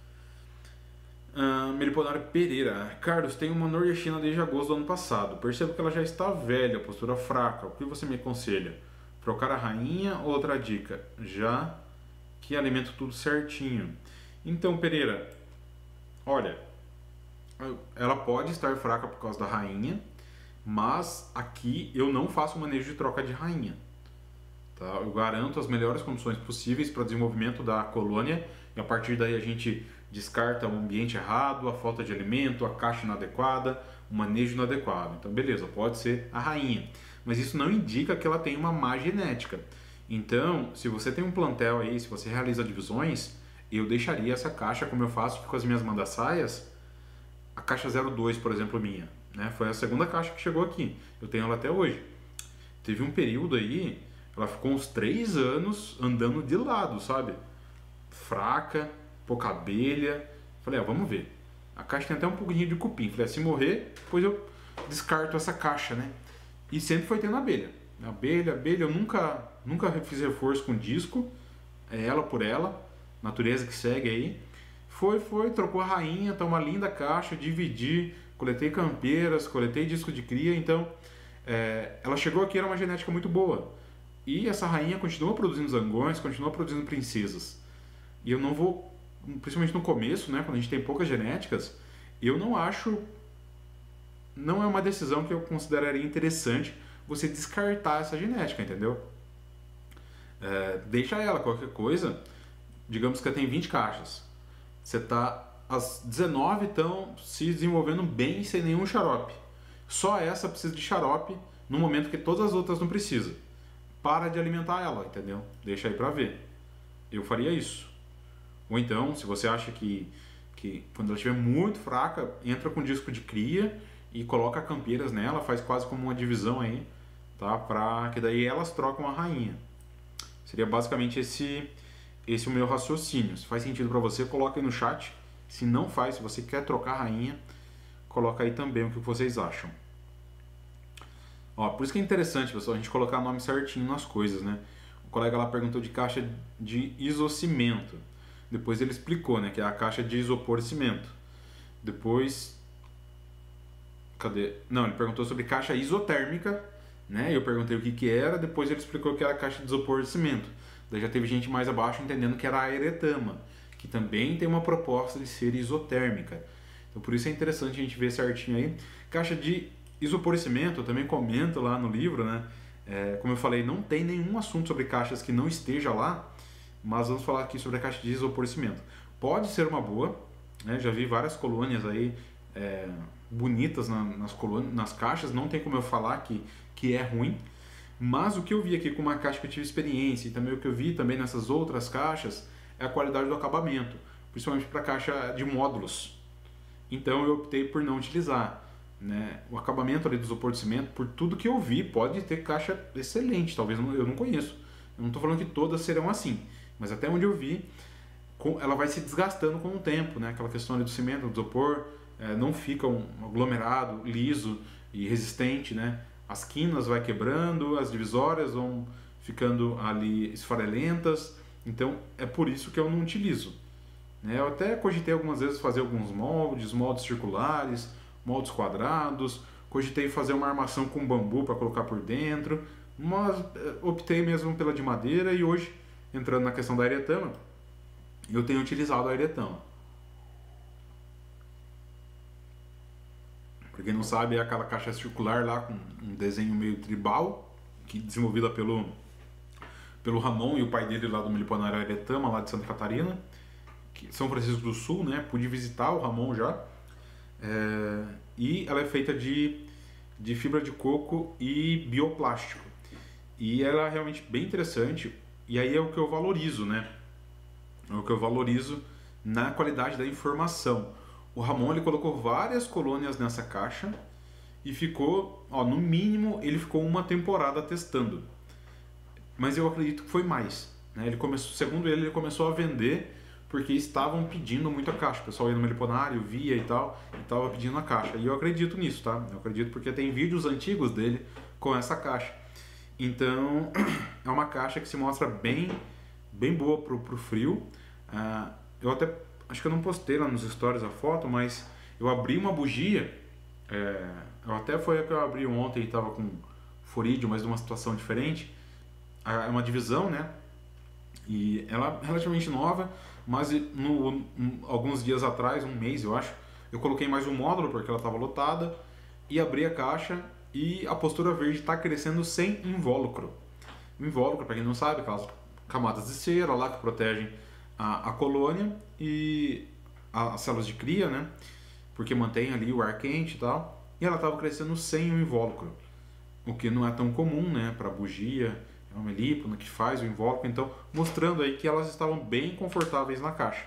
Meliponário Pereira. Carlos, tenho uma nordestina desde agosto do ano passado. Percebo que ela já está velha, postura fraca. O que você me aconselha? Trocar a rainha ou outra dica? Já que alimento tudo certinho. Então, Pereira, olha, ela pode estar fraca por causa da rainha, mas aqui eu não faço manejo de troca de rainha. Tá? Eu garanto as melhores condições possíveis para o desenvolvimento da colônia e a partir daí a gente descarta o ambiente errado, a falta de alimento, a caixa inadequada, o manejo inadequado. Então, beleza, pode ser a rainha, mas isso não indica que ela tem uma má genética. Então, se você tem um plantel aí, se você realiza divisões, eu deixaria essa caixa, como eu faço com as minhas mandaçaias, a caixa 02, por exemplo, minha, né? Foi a segunda caixa que chegou aqui, eu tenho ela até hoje. Teve um período aí, ela ficou uns 3 anos andando de lado, sabe? Fraca, pouca abelha. Falei, vamos ver. A caixa tem até um pouquinho de cupim. Falei, se morrer, depois eu descarto essa caixa, né? E sempre foi tendo abelha. Abelha, eu nunca fiz reforço com disco. É ela por ela. Natureza que segue aí. Foi, trocou a rainha, tá uma linda caixa, dividi, coletei campeiras, coletei disco de cria, então ela chegou aqui, era uma genética muito boa. E essa rainha continua produzindo zangões, continua produzindo princesas. E eu não vou, principalmente no começo, né, quando a gente tem poucas genéticas, eu não acho, não é uma decisão que eu consideraria interessante você descartar essa genética, entendeu? Deixa ela, qualquer coisa, digamos que ela tem 20 caixas. Você tá, as 19 estão se desenvolvendo bem sem nenhum xarope. Só essa precisa de xarope no momento que todas as outras não precisam. Para de alimentar ela, entendeu? Deixa aí pra ver. Eu faria isso. Ou então, se você acha que quando ela estiver muito fraca, entra com disco de cria e coloca campeiras nela, faz quase como uma divisão aí, tá? Pra que daí elas trocam a rainha. Seria basicamente esse o meu raciocínio. Se faz sentido para você, coloca aí no chat. Se não faz, se você quer trocar a rainha, coloca aí também o que vocês acham. Ó, por isso que é interessante, pessoal, a gente colocar o nome certinho nas coisas, né? O colega lá perguntou de caixa de isocimento. Depois ele explicou, né, que é a caixa de isopor cimento. Depois, cadê? Não, ele perguntou sobre caixa isotérmica, né? Eu perguntei o que era, depois ele explicou que era a caixa de isopor de cimento. Daí já teve gente mais abaixo entendendo que era a eretama, que também tem uma proposta de ser isotérmica. Então por isso é interessante a gente ver certinho aí. Caixa de isopor de cimento, eu também comento lá no livro, né? Como eu falei, não tem nenhum assunto sobre caixas que não esteja lá, mas vamos falar aqui sobre a caixa de isopor de cimento. Pode ser uma boa, né? Já vi várias colônias aí bonitas nas caixas, não tem como eu falar que é ruim. Mas o que eu vi aqui com uma caixa que eu tive experiência e também o que eu vi também nessas outras caixas é a qualidade do acabamento, principalmente para a caixa de módulos. Então eu optei por não utilizar, né? O acabamento ali do isopor de cimento, por tudo que eu vi, pode ter caixa excelente, talvez eu não conheço. Eu não estou falando que todas serão assim, mas até onde eu vi, ela vai se desgastando com o tempo, né? Aquela questão ali do cimento, do isopor, não fica um aglomerado, liso e resistente, né? As quinas vai quebrando, as divisórias vão ficando ali esfarelentas, então é por isso que eu não utilizo, né? Eu até cogitei algumas vezes fazer alguns moldes circulares, moldes quadrados, cogitei fazer uma armação com bambu para colocar por dentro, mas optei mesmo pela de madeira e hoje, entrando na questão da aretama, eu tenho utilizado a aretama. Pra quem não sabe, é aquela caixa circular lá com um desenho meio tribal, que desenvolvida pelo pelo Ramon e o pai dele lá do Meliponário Aretama, lá de Santa Catarina, São Francisco do Sul, né? Pude visitar o Ramon já. E ela é feita de fibra de coco e bioplástico. E ela é realmente bem interessante. E aí é o que eu valorizo, né? É o que eu valorizo na qualidade da informação. O Ramon, ele colocou várias colônias nessa caixa e ficou, no mínimo, ele ficou uma temporada testando. Mas eu acredito que foi mais, né? Ele começou, segundo ele começou a vender porque estavam pedindo muito a caixa. O pessoal ia no Meliponário, via e tal, e estava pedindo a caixa. E eu acredito nisso, tá? Eu acredito porque tem vídeos antigos dele com essa caixa. Então, é uma caixa que se mostra bem boa pro frio. Eu até, acho que eu não postei lá nos stories a foto, mas eu abri uma bugia, até foi a que eu abri ontem e estava com furídeo, mas numa situação diferente. É uma divisão, né? E ela é relativamente nova, mas alguns dias atrás, um mês eu acho, eu coloquei mais um módulo porque ela estava lotada e abri a caixa e a postura verde está crescendo sem invólucro. O invólucro, para quem não sabe, aquelas camadas de cera lá que protegem a colônia e as células de cria, né? Porque mantém ali o ar quente e tal. E ela estava crescendo sem o invólucro, o que não é tão comum, né? Para bugia, é uma melípona que faz o invólucro. Então, mostrando aí que elas estavam bem confortáveis na caixa.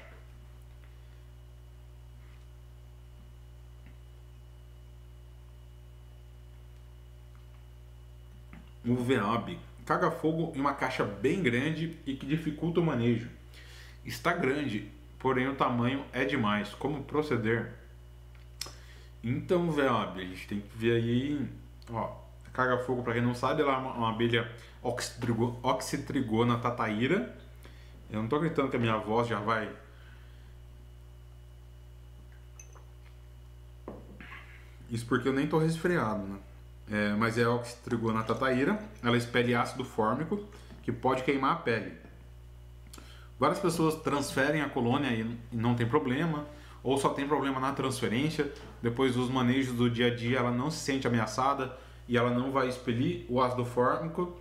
O VAB caga fogo em uma caixa bem grande e que dificulta o manejo. Está grande, porém o tamanho é demais. Como proceder? Então, VAB, a gente tem que ver aí. Caga fogo, para quem não sabe, ela é uma abelha Oxytrigona tataíra. Eu não estou gritando que a minha voz já vai. Isso porque eu nem estou resfriado, né? Mas é a Oxytrigona tataíra. Ela expele ácido fórmico que pode queimar a pele. Várias pessoas transferem a colônia e não tem problema, ou só tem problema na transferência. Depois dos manejos do dia a dia, ela não se sente ameaçada e ela não vai expelir o ácido fórmico.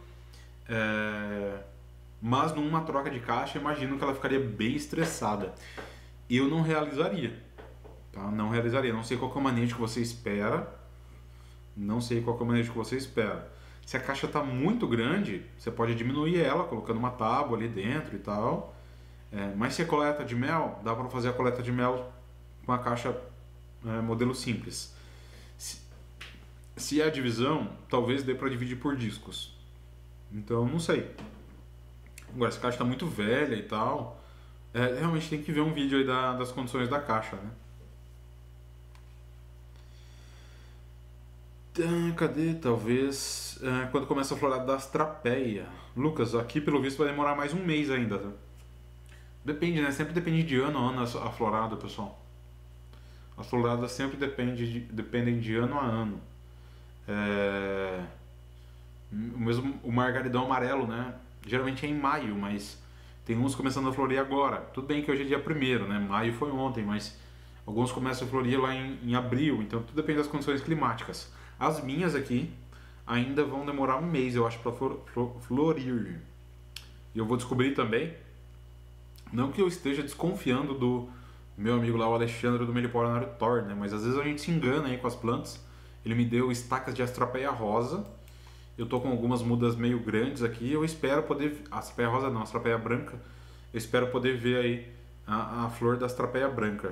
Mas numa troca de caixa, imagino que ela ficaria bem estressada. Eu não realizaria, tá? Não realizaria. Não sei qual que é o manejo que você espera. Se a caixa está muito grande, você pode diminuir ela, colocando uma tábua ali dentro e tal. Mas se é coleta de mel, dá para fazer a coleta de mel com a caixa modelo simples. Se é a divisão, talvez dê para dividir por discos. Então, não sei. Agora, se a caixa está muito velha e tal, realmente tem que ver um vídeo aí das condições da caixa, né? Cadê? Talvez quando começa a florar das trapeia. Lucas, aqui pelo visto vai demorar mais um mês ainda, tá? Depende, né? Sempre depende de ano a ano a florada, pessoal. As floradas sempre dependem de ano a ano. Mesmo o margaridão amarelo, né? Geralmente é em maio, mas tem uns começando a florir agora. Tudo bem que hoje é dia 1º, né? Maio foi ontem, mas alguns começam a florir lá em abril. Então tudo depende das condições climáticas. As minhas aqui ainda vão demorar um mês, eu acho, para florir. E eu vou descobrir também. Não que eu esteja desconfiando do meu amigo lá, o Alexandre, do Meliponário Thor, né? Mas às vezes a gente se engana aí com as plantas. Ele me deu estacas de Astrapeia rosa. Eu tô com algumas mudas meio grandes aqui. Eu espero poder... Astrapeia rosa não, Astrapeia branca. Eu espero poder ver aí a flor da Astrapeia branca.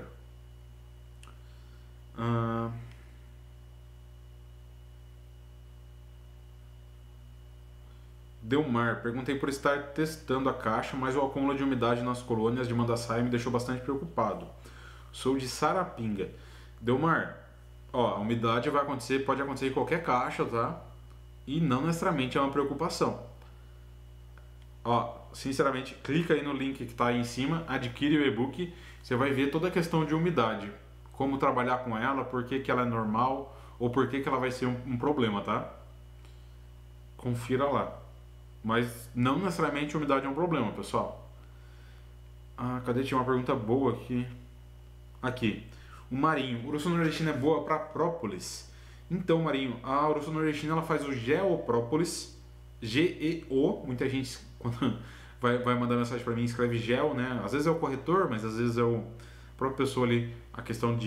Delmar, perguntei por estar testando a caixa, mas o acúmulo de umidade nas colônias de Mandaçaia me deixou bastante preocupado. Sou de Sarapinga. Delmar, a umidade pode acontecer em qualquer caixa, tá? E não necessariamente é uma preocupação. Sinceramente, clica aí no link que está aí em cima, adquire o e-book, você vai ver toda a questão de umidade, como trabalhar com ela, por que ela é normal ou por que ela vai ser um problema, tá? Confira lá. Mas não necessariamente a umidade é um problema, pessoal. Cadê? Tinha uma pergunta boa aqui. Aqui. O Marinho. Urso nordestina é boa para própolis? Então, Marinho, a urso nordestina ela faz o geoprópolis, GEO. Muita gente, quando vai mandar mensagem para mim, escreve gel, né? Às vezes é o corretor, mas às vezes é a própria pessoa ali, a questão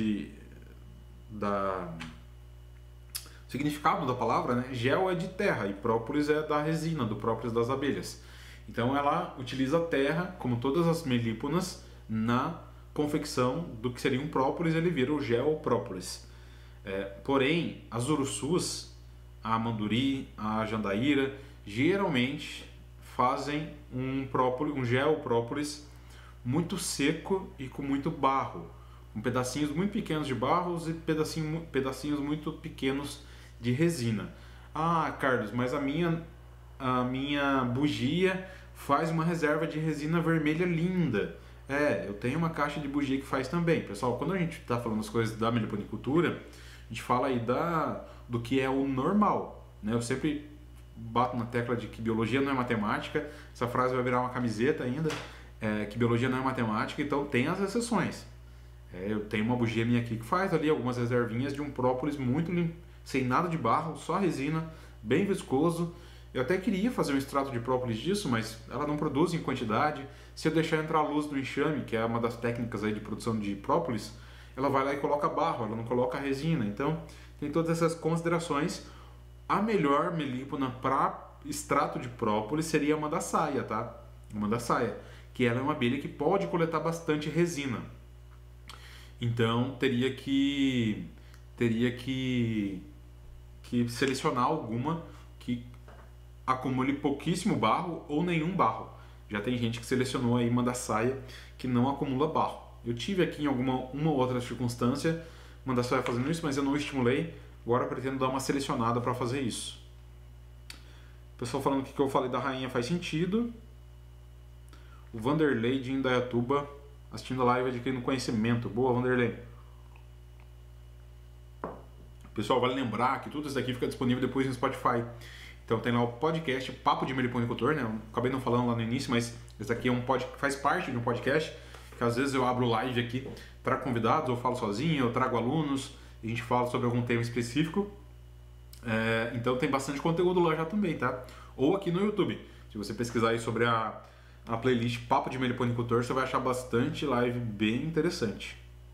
da significado da palavra, né? Gel é de terra e própolis é da resina, do própolis das abelhas. Então ela utiliza a terra, como todas as melíponas, na confecção do que seria um própolis, ele vira o gel própolis. Porém, as urussus, a manduri, a jandaíra, geralmente fazem um gel própolis muito seco e com muito barro, com pedacinhos muito pequenos de barros e pedacinhos muito pequenos de resina. Ah, Carlos, mas a minha bugia faz uma reserva de resina vermelha linda. Eu tenho uma caixa de bugia que faz também. Pessoal, quando a gente está falando as coisas da meliponicultura, a gente fala aí do que é o normal, né? Eu sempre bato na tecla de que biologia não é matemática. Essa frase vai virar uma camiseta ainda, que biologia não é matemática, então tem as exceções. Eu tenho uma bugia minha aqui que faz ali algumas reservinhas de um própolis muito limpo, sem nada de barro, só resina, bem viscoso. Eu até queria fazer um extrato de própolis disso, mas ela não produz em quantidade. Se eu deixar entrar a luz do enxame, que é uma das técnicas aí de produção de própolis, ela vai lá e coloca barro, ela não coloca resina. Então, tem todas essas considerações. A melhor melípona para extrato de própolis seria a mandaçaia, tá? A mandaçaia, que ela é uma abelha que pode coletar bastante resina. Então, teria que selecionar alguma que acumule pouquíssimo barro ou nenhum barro. Já tem gente que selecionou aí mandaçaia que não acumula barro. Eu tive aqui em uma outra circunstância mandaçaia fazendo isso, mas eu não estimulei. Agora eu pretendo dar uma selecionada para fazer isso. O pessoal falando que o que eu falei da rainha faz sentido. O Vanderlei de Indaiatuba assistindo a live adquirindo conhecimento. Boa, Vanderlei. Pessoal, vale lembrar que tudo isso daqui fica disponível depois no Spotify. Então tem lá o podcast Papo de Meliponicultor, né? Eu acabei não falando lá no início, mas esse daqui faz parte de um podcast, que às vezes eu abro live aqui para convidados, eu falo sozinho, eu trago alunos, a gente fala sobre algum tema específico. Então tem bastante conteúdo lá já também, tá? Ou aqui no YouTube. Se você pesquisar aí sobre a playlist Papo de Meliponicultor, você vai achar bastante live bem interessante.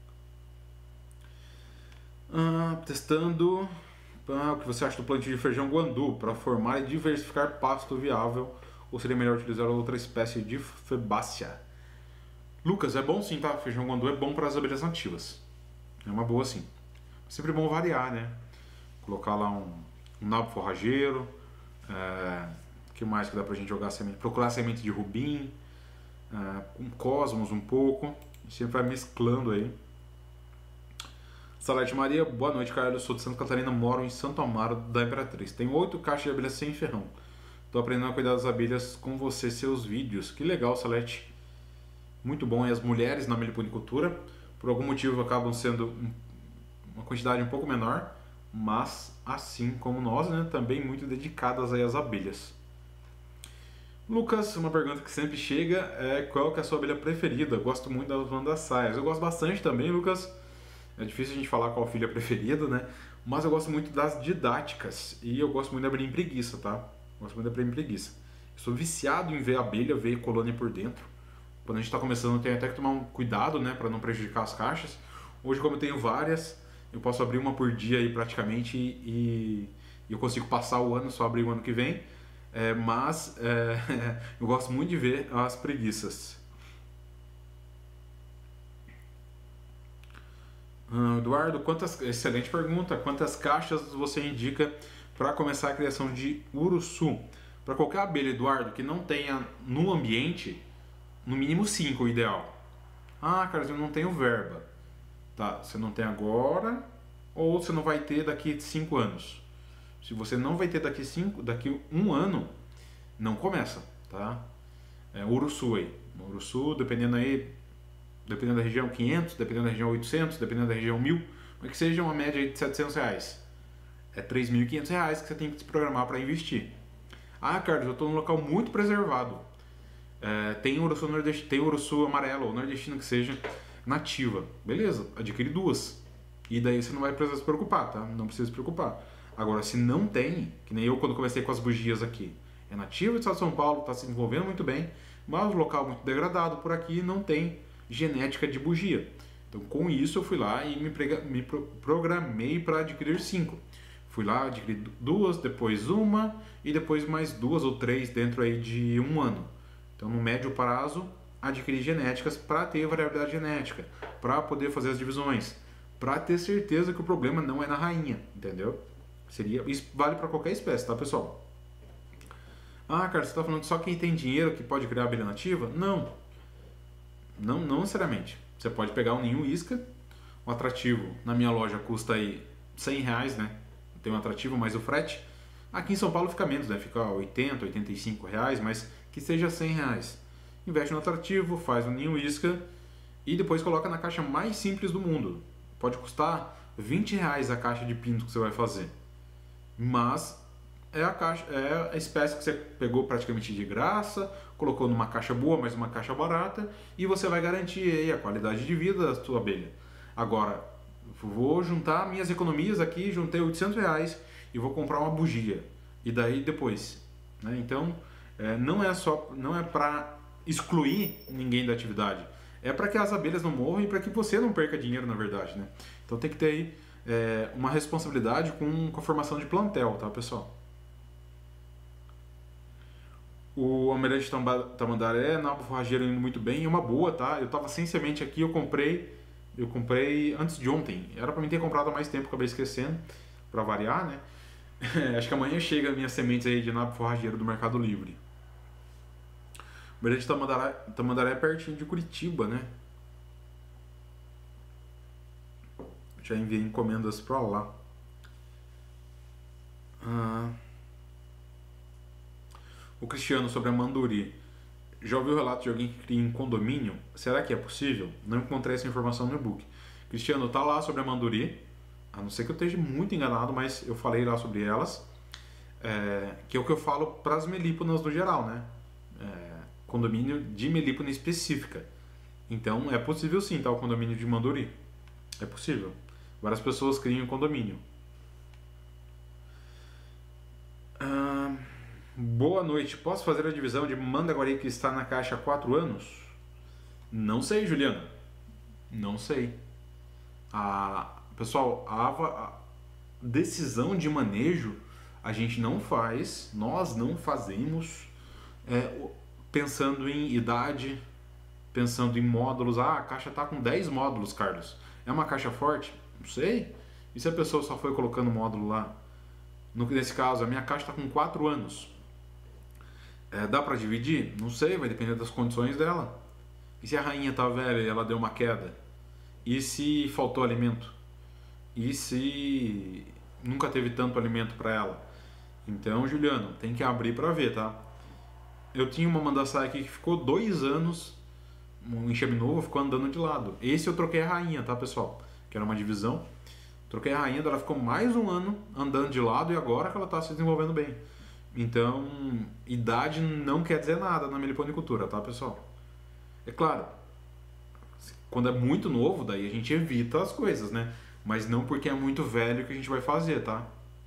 Testando o que você acha do plantio de feijão guandu para formar e diversificar pasto viável, ou seria melhor utilizar outra espécie de febácea? Lucas, é bom sim, tá? Feijão guandu é bom para as abelhas nativas. É uma boa sim. Sempre bom variar, né? Colocar lá um nabo forrageiro. O que mais que dá pra gente jogar semente? Procurar semente de rubim, com cosmos um pouco. A gente sempre vai mesclando aí. Salete Maria, boa noite, Carlos. Sou de Santa Catarina, moro em Santo Amaro da Imperatriz. Tenho 8 caixas de abelhas sem ferrão. Tô aprendendo a cuidar das abelhas com você, seus vídeos. Que legal, Salete. Muito bom. E as mulheres na meliponicultura, por algum motivo, acabam sendo uma quantidade um pouco menor, mas assim como nós, né, também muito dedicadas aí às abelhas. Lucas, uma pergunta que sempre chega é qual que é a sua abelha preferida? Eu gosto muito das mandaçaias. Eu gosto bastante também, Lucas. É difícil a gente falar qual filho é preferido, né? Mas eu gosto muito das didáticas e eu gosto muito da abelha em preguiça, tá? Gosto muito da abelha em preguiça. Eu sou viciado em ver a abelha, ver colônia por dentro. Quando a gente está começando, tem até que tomar um cuidado, né, para não prejudicar as caixas. Hoje, como eu tenho várias, eu posso abrir uma por dia aí praticamente e eu consigo passar o ano, só abrir o ano que vem. Mas eu gosto muito de ver as preguiças. Eduardo, excelente pergunta. Quantas caixas você indica para começar a criação de urussu? Para qualquer abelha, Eduardo, que não tenha no ambiente, no mínimo 5 o ideal. Carlos, eu não tenho verba. Tá, você não tem agora ou você não vai ter daqui 5 anos. Se você não vai ter daqui 1 ano, não começa, tá? Urussu aí. Urussu, dependendo da região 500, dependendo da região 800, dependendo da região 1000, mas que seja uma média aí de R$700. É R$3.500 que você tem que se programar para investir. Carlos, eu estou num local muito preservado. Tem urussu amarelo ou nordestino que seja nativa. Beleza, adquire 2. E daí você não vai precisar se preocupar, tá? Não precisa se preocupar. Agora, se não tem, que nem eu quando comecei com as bugias aqui, É nativa do estado de São Paulo, está se desenvolvendo muito bem, mas o local muito degradado por aqui não tem genética de bugia. Então, com isso, eu fui lá e programei para adquirir 5. Fui lá, adquiri 2, depois uma e depois mais 2 ou 3 dentro aí de um ano. Então, no médio prazo, adquiri genéticas para ter variabilidade genética, para poder fazer as divisões, para ter certeza que o problema não é na rainha, entendeu? Isso vale para qualquer espécie, tá, pessoal? Ah, cara, você está falando que só quem tem dinheiro que pode criar abelha nativa? Não. Não necessariamente. Você pode pegar um ninho isca, um atrativo na minha loja custa aí R$100, né? Tem um atrativo mais o frete. Aqui em São Paulo fica menos, né? Fica R$80, R$85, mas que seja R$100. Investe no atrativo, faz um ninho isca e depois coloca na caixa mais simples do mundo. Pode custar R$20 a caixa de pinto que você vai fazer. Mas é a espécie que você pegou praticamente de graça, colocou numa caixa boa, mas uma caixa barata, e você vai garantir aí a qualidade de vida da sua abelha. Agora, vou juntar minhas economias aqui, juntei R$800 e vou comprar uma bugia. E daí depois, né? Então, não é para excluir ninguém da atividade, é para que as abelhas não morram e para que você não perca dinheiro, na verdade, né? Então tem que ter aí uma responsabilidade com a formação de plantel, tá, pessoal? O Almirante Tamandaré, nabo forrageiro indo muito bem, é uma boa, tá? Eu tava sem semente aqui, eu comprei antes de ontem. Era para mim ter comprado há mais tempo, acabei esquecendo, para variar, né? Acho que amanhã chega as minhas sementes aí de nabo forrageiro do Mercado Livre. O Almirante Tamandaré é pertinho de Curitiba, né? Já enviei encomendas para lá. O Cristiano sobre a manduri. Já ouviu o relato de alguém que cria em condomínio? Será que é possível? Não encontrei essa informação no e-book. Cristiano, tá lá sobre a manduri. A não ser que eu esteja muito enganado, mas eu falei lá sobre elas. Que é o que eu falo para as melíponas no geral, né? Condomínio de melípona específica. Então é possível sim, tá? O condomínio de manduri. É possível. Várias pessoas criam em condomínio. Boa noite. Posso fazer a divisão de Mandaguari que está na caixa há 4 anos? Não sei, Juliana. Não sei. Pessoal, a decisão de manejo a gente não faz, nós não fazemos pensando em idade, pensando em módulos. A caixa está com 10 módulos, Carlos. É uma caixa forte? Não sei. E se a pessoa só foi colocando módulo lá? Nesse caso, a minha caixa está com 4 anos. Dá para dividir? Não sei, vai depender das condições dela. E se a rainha está velha e ela deu uma queda? E se faltou alimento? E se nunca teve tanto alimento para ela? Então, Juliano, tem que abrir para ver, tá? Eu tinha uma mandaçaia aqui que ficou 2 anos, um enxame novo, ficou andando de lado. Esse eu troquei a rainha, tá, pessoal? Que era uma divisão. Troquei a rainha, ela ficou mais um ano andando de lado e agora que ela está se desenvolvendo bem. Então, idade não quer dizer nada na meliponicultura, tá, pessoal? É claro, quando é muito novo, daí a gente evita as coisas, né? Mas não porque é muito velho que a gente vai fazer, tá?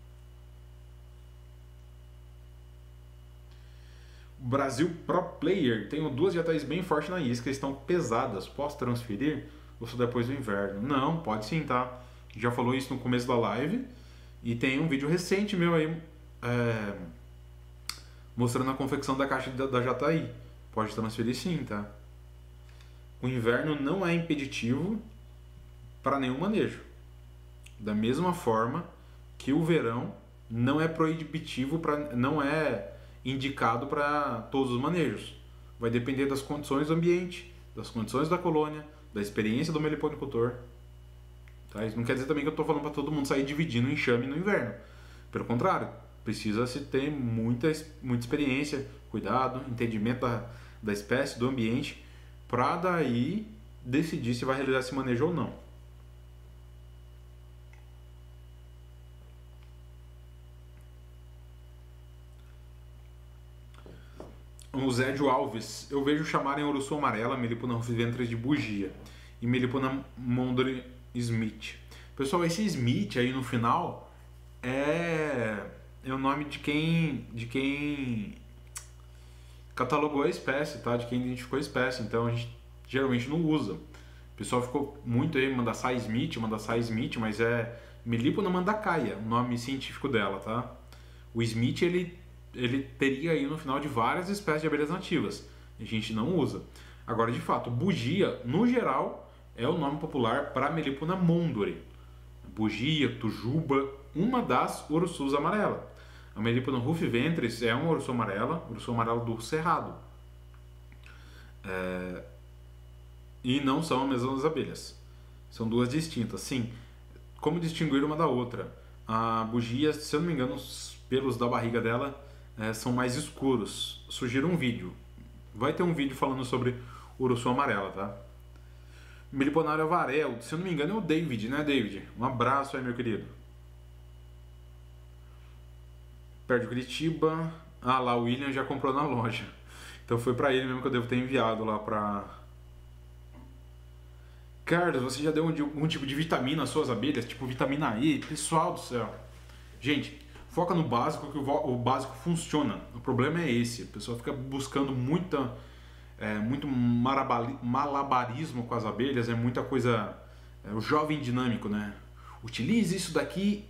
Brasil Pro Player. Tenho 2 jataís bem fortes na isca, estão pesadas. Posso transferir? Ou só depois do inverno? Não, pode sim, tá? Já falou isso no começo da live. E tem um vídeo recente meu aí mostrando a confecção da caixa da jataí. Pode transferir sim, tá? O inverno não é impeditivo para nenhum manejo. Da mesma forma que o verão não é proibitivo, não é indicado para todos os manejos. Vai depender das condições do ambiente, das condições da colônia, da experiência do meliponicultor. Tá? Isso não quer dizer também que eu estou falando para todo mundo sair dividindo o enxame no inverno. Pelo contrário, precisa se ter muita experiência, cuidado, entendimento da espécie, do ambiente, para daí decidir se vai realizar esse manejo ou não. O Zédio Alves, eu vejo chamarem Urussu amarela, Melipona rufiventris de bugia e Melipona mondri Smith. Pessoal, esse Smith aí no final é o nome de quem catalogou a espécie, tá? De quem identificou a espécie, então a gente geralmente não usa. O pessoal ficou muito aí, Mandassai Smith, mas é Melipona mandacaia, o nome científico dela, tá? O Smith, ele teria aí no final de várias espécies de abelhas nativas. A gente não usa. Agora, de fato, bugia, no geral, é o nome popular para Melipona mondori. Bugia, tujuba, uma das ursus amarela. A Melipona rufiventris é uma urso amarela do cerrado. E não são as mesmas abelhas. São duas distintas. Sim, como distinguir uma da outra? A bugia, se eu não me engano, os pelos da barriga dela são mais escuros. Sugiro um vídeo. Vai ter um vídeo falando sobre urso amarela, tá? Meliponário avarel, se eu não me engano é o David, né, David? Um abraço aí, meu querido. Perto de Curitiba. Ah, lá o William já comprou na loja. Então foi pra ele mesmo que eu devo ter enviado lá pra... Carlos, você já deu um tipo de vitamina às suas abelhas? Tipo vitamina E? Pessoal do céu. Gente, foca no básico, que o básico funciona. O problema é esse. A pessoa fica buscando muito malabarismo com as abelhas, é muita coisa... o jovem dinâmico, né? Utilize isso daqui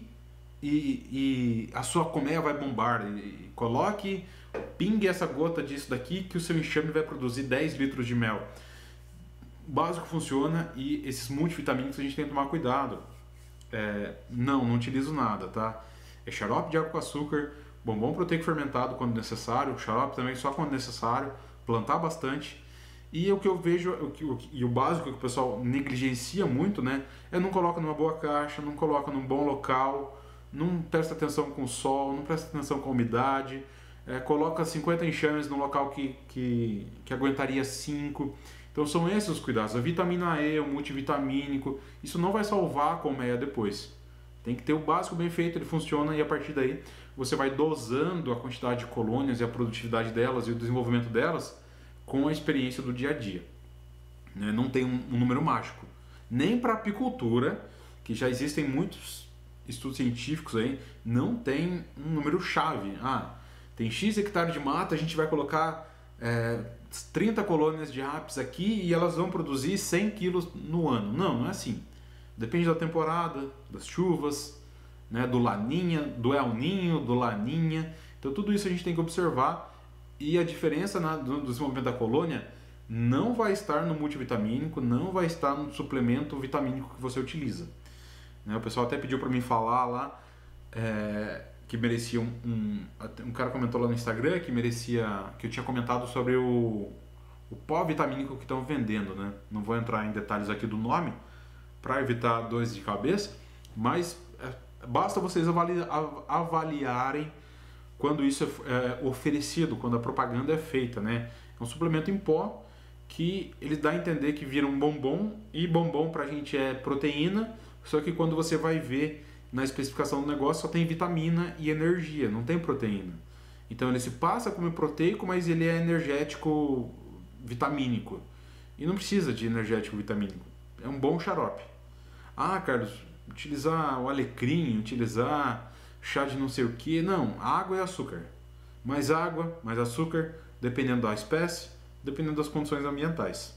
e a sua colmeia vai bombar. E coloque, pingue essa gota disso daqui que o seu enxame vai produzir 10 litros de mel. O básico funciona e esses multivitamínicos a gente tem que tomar cuidado. Não utilizo nada, tá? É xarope de água com açúcar, bombom proteico fermentado quando necessário, xarope também só quando necessário, plantar bastante. E o que eu vejo, e o básico que o pessoal negligencia muito, né? Não coloca numa boa caixa, não coloca num bom local, não presta atenção com o sol, não presta atenção com a umidade, coloca 50 enxames num local que aguentaria 5. Então são esses os cuidados. A vitamina E, o multivitamínico, isso não vai salvar a colmeia depois. Tem que ter o básico bem feito, ele funciona e a partir daí você vai dosando a quantidade de colônias e a produtividade delas e o desenvolvimento delas com a experiência do dia a dia. Não tem um número mágico. Nem para apicultura, que já existem muitos estudos científicos aí, não tem um número chave. Tem X hectare de mata, a gente vai colocar 30 colônias de apis aqui e elas vão produzir 100 quilos no ano. Não é assim. Depende da temporada, das chuvas, né, do Laninha, do El Ninho, do Laninha. Então tudo isso a gente tem que observar e a diferença do desenvolvimento da colônia não vai estar no multivitamínico, não vai estar no suplemento vitamínico que você utiliza. O pessoal até pediu para mim falar lá que merecia um cara comentou lá no Instagram que eu tinha comentado sobre o pó vitamínico que estão vendendo, né? Não vou entrar em detalhes aqui do nome para evitar dores de cabeça, mas basta vocês avaliarem quando isso é oferecido, quando a propaganda é feita, né? É um suplemento em pó que ele dá a entender que vira um bombom, e bombom pra gente é proteína, só que quando você vai ver na especificação do negócio só tem vitamina e energia, não tem proteína. Então ele se passa como proteico, mas ele é energético vitamínico. E não precisa de energético vitamínico. É um bom xarope. Carlos, utilizar o alecrim, utilizar chá de não sei o que. Não, água e açúcar. Mais água, mais açúcar, dependendo da espécie, dependendo das condições ambientais.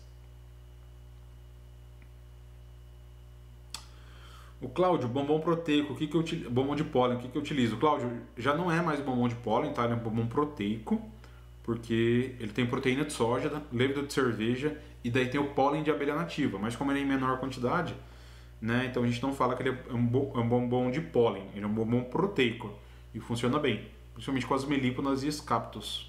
O Cláudio, bombom proteico, bombom de pólen, o que eu utilizo? Cláudio, já não é mais bombom de pólen, tá? Ele é um bombom proteico, porque ele tem proteína de soja, levedura de cerveja e daí tem o pólen de abelha nativa, mas como ele é em menor quantidade, né? Então a gente não fala que ele é um bombom de pólen, ele é um bombom proteico e funciona bem, principalmente com as melíponas e escaptos.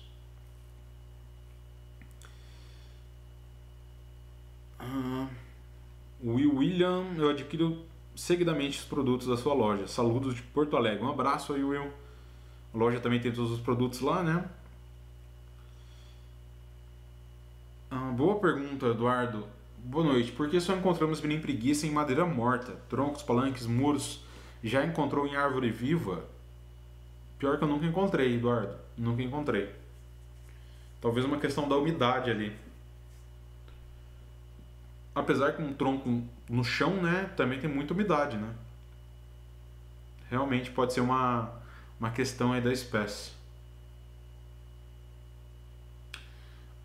O William, eu adquiro seguidamente os produtos da sua loja. Saludos de Porto Alegre. Um abraço aí, Will. A loja também tem todos os produtos lá, né? Boa pergunta, Eduardo. Boa noite. Por que só encontramos mirim preguiça em madeira morta? Troncos, palanques, muros. Já encontrou em árvore viva? Pior que eu nunca encontrei, Eduardo. Nunca encontrei. Talvez uma questão da umidade ali. Apesar que um tronco no chão, né, também tem muita umidade, né? Realmente pode ser uma questão aí da espécie.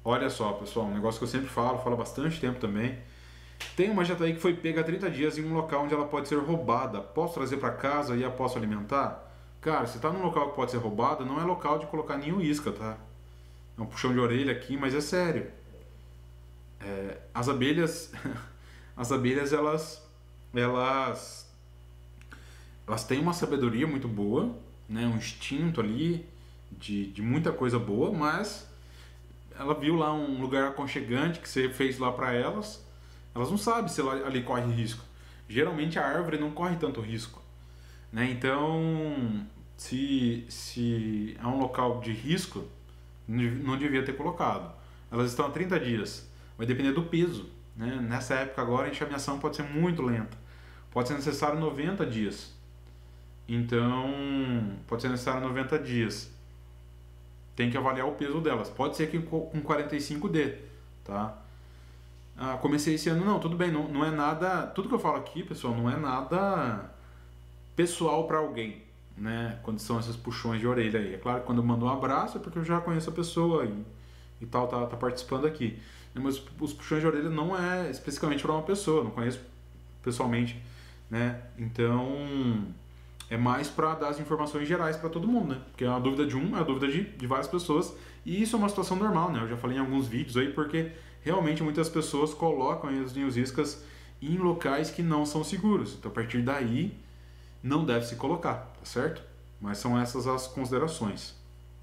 Olha só, pessoal, um negócio que eu sempre falo há bastante tempo também. Tem uma jataí que foi pega há 30 dias em um local onde ela pode ser roubada. Posso trazer para casa e a posso alimentar? Cara, se tá num local que pode ser roubado, não é local de colocar nenhum isca, tá? É um puxão de orelha aqui, mas é sério. As abelhas, as abelhas elas têm uma sabedoria muito boa, né? Um instinto ali de muita coisa boa, mas ela viu lá um lugar aconchegante que você fez lá para elas. Elas não sabem se ali corre risco. Geralmente a árvore não corre tanto risco, né? Então, se é um local de risco, não devia ter colocado. Elas estão há 30 dias. Vai depender do peso, né? Nessa época agora a enxameação pode ser muito lenta. Pode ser necessário 90 dias. Então, pode ser necessário 90 dias. Tem que avaliar o peso delas. Pode ser que com 45 dê, tá? Comecei esse ano, não, tudo bem, não é nada. Tudo que eu falo aqui, pessoal, não é nada pessoal para alguém, né? Quando são esses puxões de orelha aí. É claro que quando eu mando um abraço é porque eu já conheço a pessoa e tal, tá participando aqui. Mas os puxões de orelha não é especificamente para uma pessoa, não conheço pessoalmente, né? Então é mais para dar as informações gerais para todo mundo, né? Porque é uma dúvida de um, é a dúvida de várias pessoas, e isso é uma situação normal, né? Eu já falei em alguns vídeos aí, porque realmente muitas pessoas colocam as linhas iscas em locais que não são seguros. Então a partir daí não deve se colocar, tá certo? Mas são essas as considerações.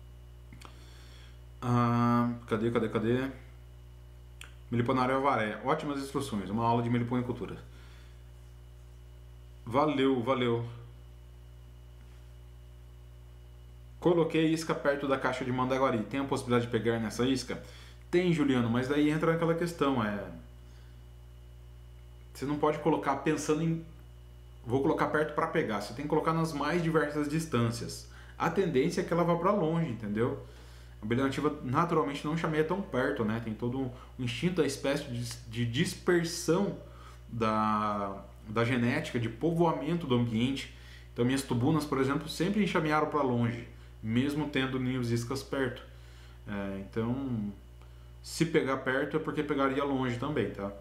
Cadê? Meliponário avaré. Ótimas instruções. Uma aula de meliponicultura. Valeu. Coloquei isca perto da caixa de mandaguari. Tem a possibilidade de pegar nessa isca? Tem, Juliano, mas daí entra aquela questão. Você não pode colocar pensando em... Vou colocar perto para pegar. Você tem que colocar nas mais diversas distâncias. A tendência é que ela vá para longe, entendeu? A abelha nativa naturalmente não chameia tão perto, né? Tem todo um instinto da espécie de dispersão da genética, de povoamento do ambiente. Então minhas tubunas, por exemplo, sempre enxamearam para longe, mesmo tendo ninhos iscas perto. Então, se pegar perto é porque pegaria longe também, tá?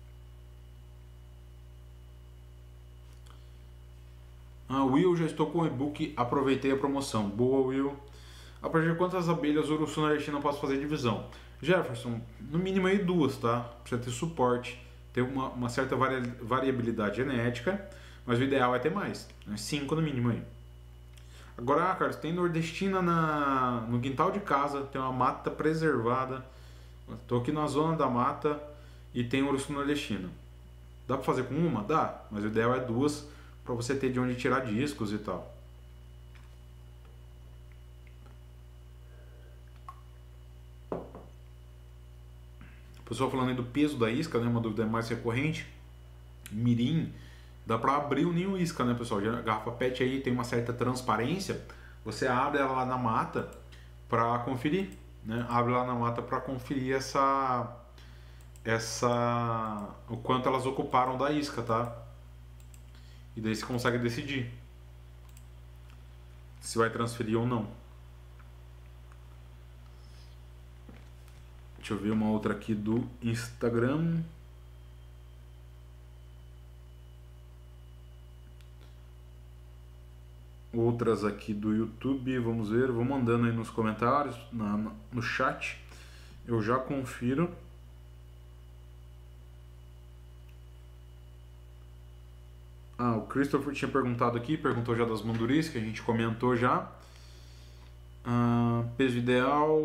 Will, já estou com o e-book, aproveitei a promoção. Boa, Will. A partir de quantas abelhas Urussu nordestina eu posso fazer divisão? Jefferson, no mínimo aí 2, tá? Precisa ter suporte, ter uma certa variabilidade genética, mas o ideal é ter mais, né? 5 no mínimo aí. Agora, Carlos, tem nordestina no quintal de casa, tem uma mata preservada. Estou aqui na zona da mata e tem Urussu nordestina. Dá para fazer com uma? Dá, mas o ideal é 2 para você ter de onde tirar discos e tal. O pessoal falando aí do peso da isca, né? Uma dúvida mais recorrente. Mirim, dá para abrir o ninho isca, né, pessoal? A garrafa PET aí tem uma certa transparência. Você abre ela lá na mata para conferir, né? Abre lá na mata para conferir o quanto elas ocuparam da isca, tá? E daí você consegue decidir se vai transferir ou não. Deixa eu ver uma outra aqui do Instagram. Outras aqui do YouTube, vamos ver, vou mandando aí nos comentários, no chat, eu já confiro. O Christopher tinha perguntado aqui, perguntou já das munduris, que a gente comentou já. Peso ideal,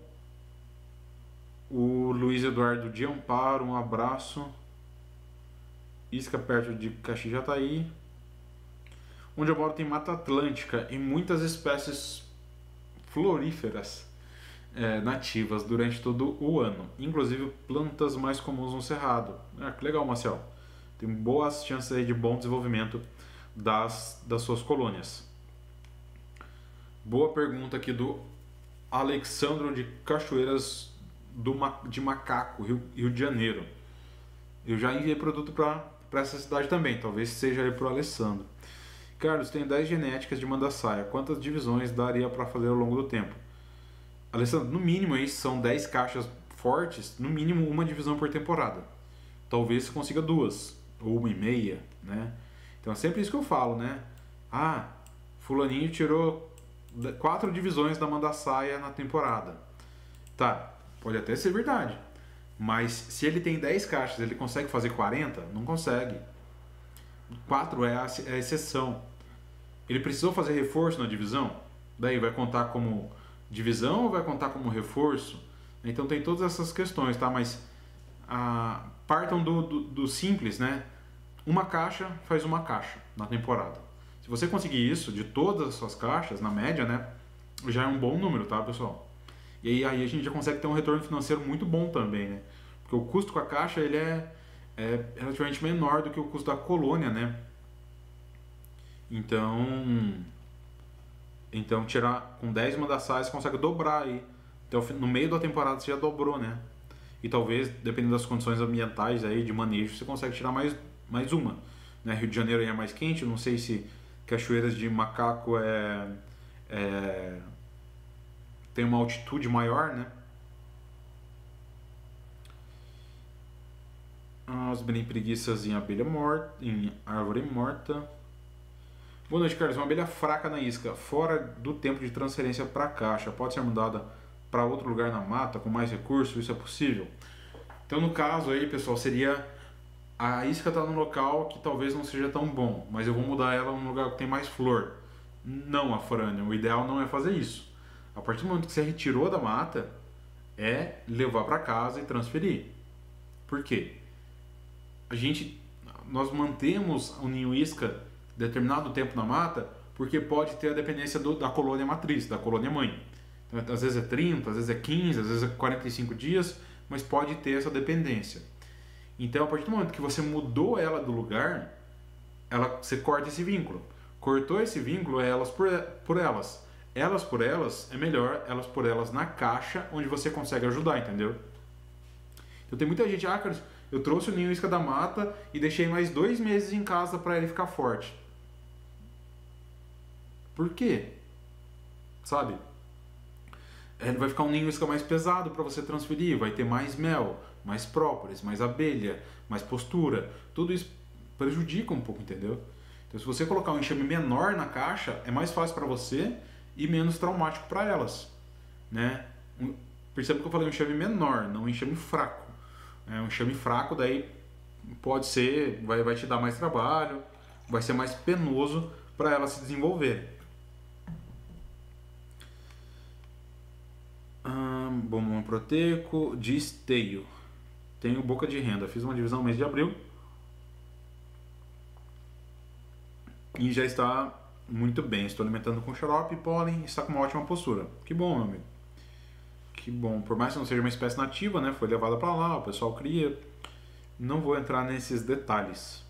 o Luiz Eduardo de Amparo, um abraço. Isca perto de Caxijataí. Onde eu moro tem Mata Atlântica e muitas espécies floríferas nativas durante todo o ano, inclusive plantas mais comuns no Cerrado. Que legal, Marcel. Tem boas chances aí de bom desenvolvimento das suas colônias. Boa pergunta aqui do Alexandro de Cachoeiras de Macaco, Rio de Janeiro. Eu já enviei produto para essa cidade também, talvez seja aí para o Alessandro. Carlos, tenho 10 genéticas de mandaçaia. Quantas divisões daria para fazer ao longo do tempo? Alessandro, no mínimo aí são 10 caixas fortes, no mínimo uma divisão por temporada. Talvez você consiga 2, ou 1,5, né? Então é sempre isso que eu falo, né? Ah, fulaninho tirou 4 divisões da Mandasaia na temporada. Tá, pode até ser verdade. Mas se ele tem 10 caixas, ele consegue fazer 40? Não consegue. 4 é a exceção. Ele precisou fazer reforço na divisão? Daí vai contar como divisão ou vai contar como reforço? Então tem todas essas questões, tá? Mas partam do simples, né? Uma caixa faz uma caixa na temporada. Se você conseguir isso de todas as suas caixas, na média, né? Já é um bom número, tá, pessoal? E aí a gente já consegue ter um retorno financeiro muito bom também, né? Porque o custo com a caixa, ele é relativamente menor do que o custo da colônia, né? Então tirar com 10 Mandassais, você consegue dobrar aí. Então, no meio da temporada você já dobrou, né? E talvez, dependendo das condições ambientais aí, de manejo, você consegue tirar mais uma. Né? Rio de Janeiro aí é mais quente, eu não sei se Cachoeiras de Macaco tem uma altitude maior, né? As bem preguiças em abelha morta, em árvore morta. Boa noite, Carlos. Uma abelha fraca na isca, fora do tempo de transferência para a caixa, pode ser mudada para outro lugar na mata com mais recursos? Isso é possível? Então, no caso aí, pessoal, seria a isca está num local que talvez não seja tão bom, mas eu vou mudar ela num lugar que tem mais flor. Não, Afrânio, o ideal não é fazer isso. A partir do momento que você retirou da mata, é levar para casa e transferir. Por quê? Nós mantemos o ninho isca determinado tempo na mata porque pode ter a dependência da colônia matriz, da colônia mãe. Então, às vezes é 30, às vezes é 15, às vezes é 45 dias, mas pode ter essa dependência. Então, a partir do momento que você mudou ela do lugar, você corta esse vínculo. Cortou esse vínculo, é elas por elas. Elas por elas é melhor, elas por elas na caixa, onde você consegue ajudar, entendeu? Então tem muita gente, Carlos, eu trouxe o ninho isca da mata e deixei mais 2 meses em casa para ele ficar forte. Por quê? Sabe? Vai ficar um ninho isca mais pesado para você transferir, vai ter mais mel, mais própolis, mais abelha, mais postura. Tudo isso prejudica um pouco, entendeu? Então, se você colocar um enxame menor na caixa, é mais fácil para você e menos traumático para elas, né? Perceba que eu falei um enxame menor, não um enxame fraco. Um enxame fraco, daí pode ser, vai te dar mais trabalho, vai ser mais penoso para elas se desenvolverem. Bombom proteico de esteio. Tenho boca de renda. Fiz uma divisão no mês de abril. E já está muito bem. Estou alimentando com xarope e pólen e está com uma ótima postura. Que bom, meu amigo. Que bom. Por mais que não seja uma espécie nativa, né? Foi levada para lá, o pessoal cria. Não vou entrar nesses detalhes.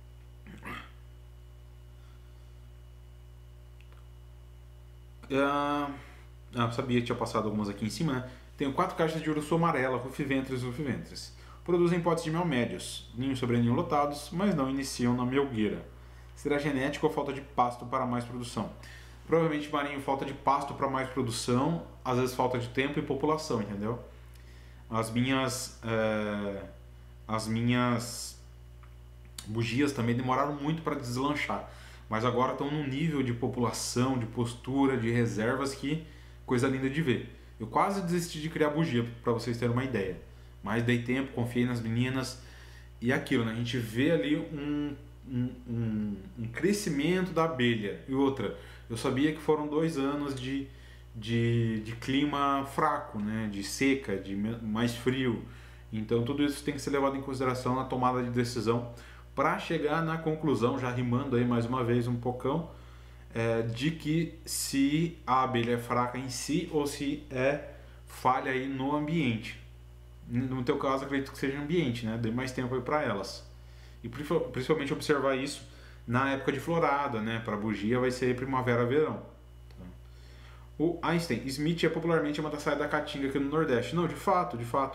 Sabia que tinha passado algumas aqui em cima, né? Tenho 4 caixas de urso amarela, rufiventres. Produzem potes de mel médios, ninho sobre ninho lotados, mas não iniciam na melgueira. Será genético ou falta de pasto para mais produção? Provavelmente, Marinho, falta de pasto para mais produção, às vezes falta de tempo e população, entendeu? As minhas bugias também demoraram muito para deslanchar, mas agora estão num nível de população, de postura, de reservas que coisa linda de ver. Eu quase desisti de criar bugia, para vocês terem uma ideia, mas dei tempo, confiei nas meninas e aquilo, né? A gente vê ali um crescimento da abelha. E outra, eu sabia que foram 2 anos de clima fraco, né? De seca, de mais frio. Então tudo isso tem que ser levado em consideração na tomada de decisão para chegar na conclusão, já rimando aí mais uma vez um pocão, de que se a abelha é fraca em si ou se é falha aí no ambiente. No teu caso, acredito que seja ambiente, né? Dê mais tempo aí para elas. E principalmente observar isso na época de florada, né? Para bugia vai ser primavera-verão. O Einstein, Smith é popularmente uma Mandasaia da Caatinga aqui no Nordeste. Não, de fato.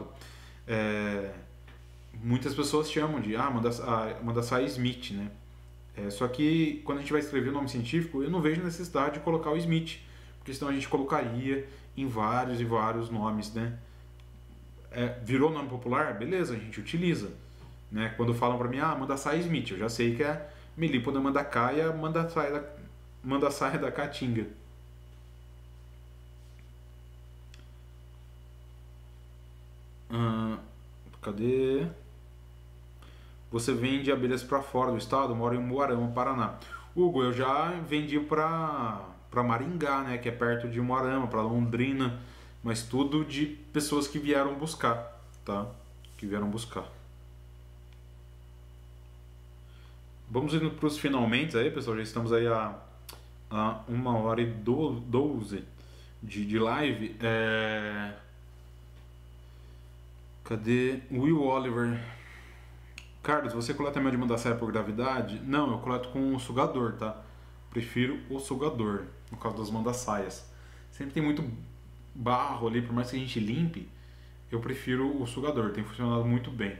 Muitas pessoas chamam de Mandasaia Smith, né? Só que quando a gente vai escrever o nome científico, eu não vejo necessidade de colocar o Smith, porque senão a gente colocaria em vários e vários nomes, né? virou nome popular, beleza, a gente utiliza. Né? Quando falam para mim, Mandaçaia Smith, eu já sei que é Melípona mandacaia, Mandaçaia da Caatinga. Cadê? Você vende abelhas para fora do estado? Eu moro em Umuarama, Paraná. Hugo, eu já vendi para Maringá, né, que é perto de Umuarama, para Londrina, mas tudo de pessoas que vieram buscar, tá? Que vieram buscar. Vamos indo para os finalmente aí, pessoal. Já estamos aí a 1h12 de live. Cadê? Will Oliver. Carlos, você coleta mel de Mandaçaia por gravidade? Não, eu coleto com o sugador, tá? Prefiro o sugador, no caso das Mandaçaias. Sempre tem muito barro ali, por mais que a gente limpe, eu prefiro o sugador, tem funcionado muito bem.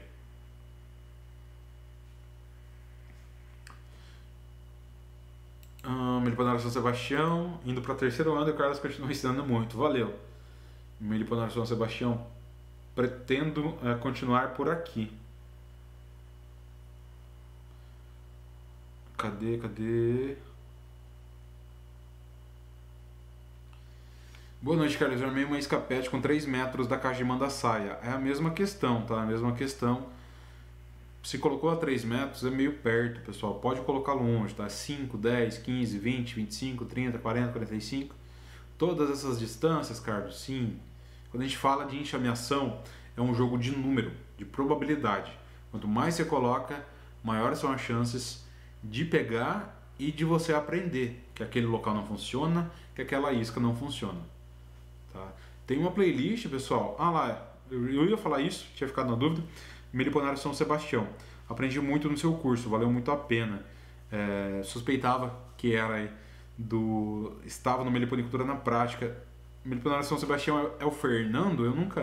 Meliponário São Sebastião, indo para terceiro ano e o Carlos continua ensinando muito. Valeu. Meliponário São Sebastião, pretendo continuar por aqui. Cadê? Boa noite, Carlos. Eu armei uma escapete com 3 metros da caixa de Mandaçaia. É a mesma questão, tá? A mesma questão. Se colocou a 3 metros, é meio perto, pessoal. Pode colocar longe, tá? 5, 10, 15, 20, 25, 30, 40, 45. Todas essas distâncias, Carlos, sim. Quando a gente fala de enxameação, é um jogo de número, de probabilidade. Quanto mais você coloca, maiores são as chances de pegar e de você aprender que aquele local não funciona, que aquela isca não funciona. Tá? Tem uma playlist, pessoal. Lá, eu ia falar isso, tinha ficado na dúvida. Meliponário São Sebastião. Aprendi muito no seu curso, valeu muito a pena. Suspeitava que estava no Meliponicultura na prática. Meliponário São Sebastião é o Fernando.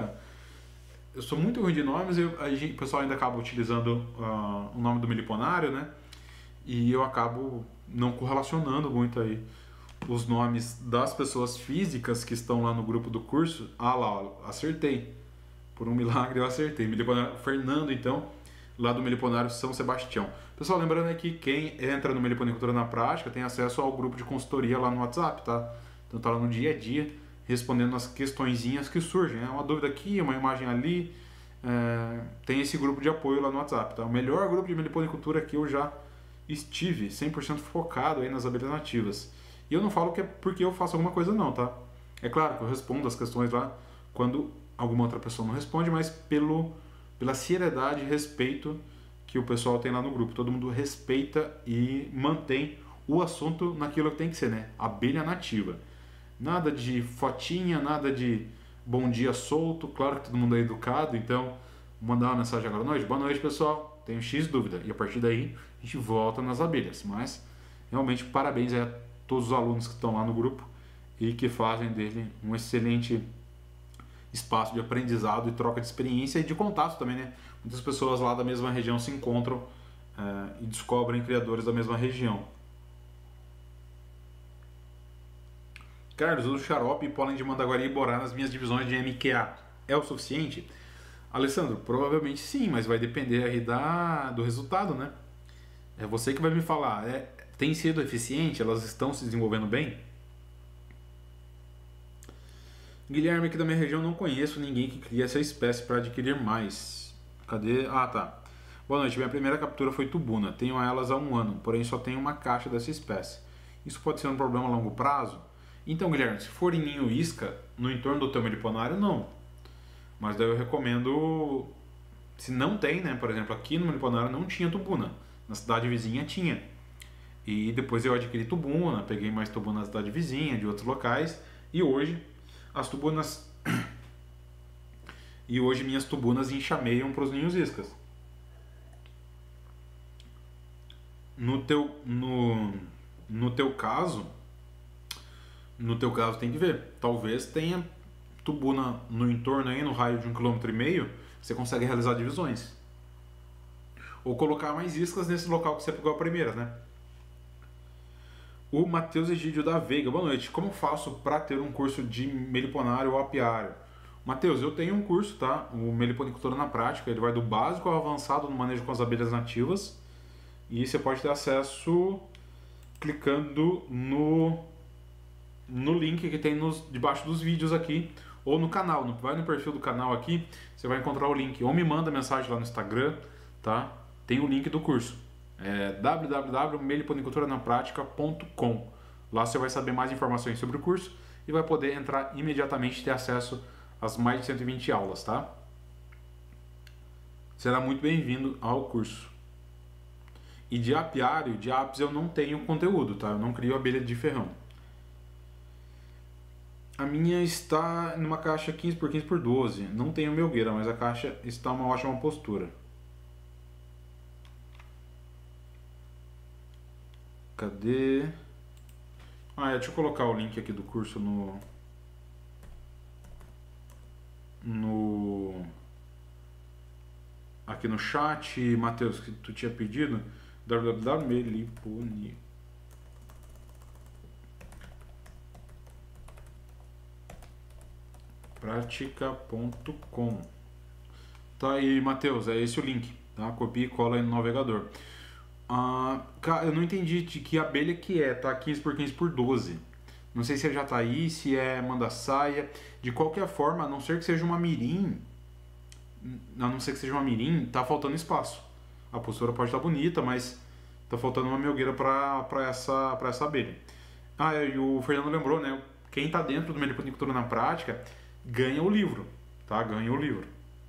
Eu sou muito ruim de nomes, o pessoal ainda acaba utilizando o nome do meliponário, né? E eu acabo não correlacionando muito aí os nomes das pessoas físicas que estão lá no grupo do curso. Lá, acertei. Por um milagre eu acertei. Fernando, então, lá do Meliponário São Sebastião. Pessoal, lembrando aqui, quem entra no Meliponicultura na prática tem acesso ao grupo de consultoria lá no WhatsApp, tá? Então tá lá no dia a dia, respondendo as questõezinhas que surgem. Uma dúvida aqui, uma imagem ali. Tem esse grupo de apoio lá no WhatsApp, tá? O melhor grupo de meliponicultura que eu já estive, 100% focado aí nas abelhas nativas. E eu não falo que é porque eu faço alguma coisa não, tá? É claro que eu respondo as questões lá quando alguma outra pessoa não responde, mas pela seriedade e respeito que o pessoal tem lá no grupo. Todo mundo respeita e mantém o assunto naquilo que tem que ser, né? Abelha nativa. Nada de fotinha, nada de bom dia solto. Claro que todo mundo é educado, então mandar uma mensagem agora à noite. Boa noite, pessoal. Tenho X dúvida. E a partir daí a gente volta nas abelhas. Mas realmente parabéns a todos os alunos que estão lá no grupo e que fazem dele um excelente espaço de aprendizado e troca de experiência e de contato também, né? Muitas pessoas lá da mesma região se encontram e descobrem criadores da mesma região. Carlos, uso xarope e pólen de mandaguari e borá nas minhas divisões de MQA. É o suficiente? Alessandro, provavelmente sim, mas vai depender aí do resultado, né? É você que vai me falar. Tem sido eficiente? Elas estão se desenvolvendo bem? Guilherme, aqui da minha região não conheço ninguém que cria essa espécie para adquirir mais. Cadê? Tá. Boa noite, minha primeira captura foi tubuna. Tenho elas há 1 ano, porém só tenho uma caixa dessa espécie. Isso pode ser um problema a longo prazo? Então, Guilherme, se for em ninho isca, no entorno do teu meliponário, não. Mas daí eu recomendo... Se não tem, né? Por exemplo, aqui no meliponário não tinha tubuna. Na cidade vizinha tinha. E depois eu adquiri tubuna, peguei mais tubuna na cidade vizinha, de outros locais. E hoje... as tubunas e hoje minhas tubunas enxameiam para os ninhos iscas. No teu caso tem que ver, talvez tenha tubuna no entorno aí, no raio de 1,5 km, você consegue realizar divisões ou colocar mais iscas nesse local que você pegou a primeira, né? O Matheus Egídio da Veiga, boa noite. Como faço para ter um curso de meliponário ou apiário? Matheus, eu tenho um curso, tá? O Meliponicultura na Prática. Ele vai do básico ao avançado no manejo com as abelhas nativas. E você pode ter acesso clicando no link que tem debaixo dos vídeos aqui, ou no canal. Vai no perfil do canal aqui, você vai encontrar o link. Ou me manda mensagem lá no Instagram, tá? Tem o link do curso. É www.meliponiculturanapratica.com. Lá você vai saber mais informações sobre o curso e vai poder entrar imediatamente e ter acesso às mais de 120 aulas, tá? Será muito bem-vindo ao curso. E de apiário, de apis eu não tenho conteúdo, tá? Eu não crio abelha de ferrão. A minha está numa caixa 15 por 15 por 12. Não tenho melgueira, mas a caixa está em uma ótima postura. Cadê? Deixa eu colocar o link aqui do curso aqui no chat, Matheus, que tu tinha pedido. www.meliponiculturanapratica.com. Tá aí, Matheus, é esse o link, tá? Copia e cola aí no navegador. Cara, eu não entendi de que abelha que é, tá? 15 por 15 por 12. Não sei se é jataí, se é manda-saia. De qualquer forma, a não ser que seja uma mirim, tá faltando espaço. A postura pode estar bonita, mas tá faltando uma melgueira para essa abelha. E o Fernando lembrou, né? Quem tá dentro do Meliponicultura na Prática ganha o livro, tá? Ganha o livro.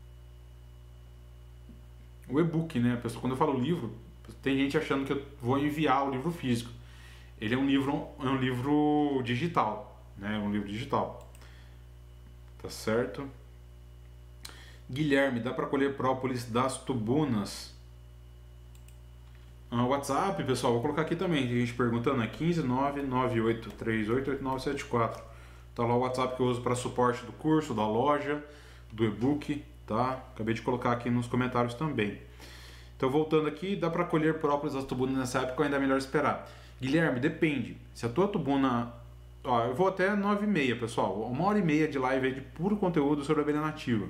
O e-book, né? Quando eu falo livro, tem gente achando que eu vou enviar o livro físico. Ele é um livro digital, né? É um livro digital. Tá certo? Guilherme, dá para colher própolis das tubunas? WhatsApp, pessoal, vou colocar aqui também. Tem gente perguntando, é 15998388974. Tá lá o WhatsApp que eu uso para suporte do curso, da loja, do e-book, tá? Acabei de colocar aqui nos comentários também. Então, voltando aqui, dá para colher própolis das tubunas nessa época ou ainda é melhor esperar? Guilherme, depende. Se a tua tubuna... eu vou até 9h30, pessoal. 1h30 de live aí de puro conteúdo sobre a abelha nativa.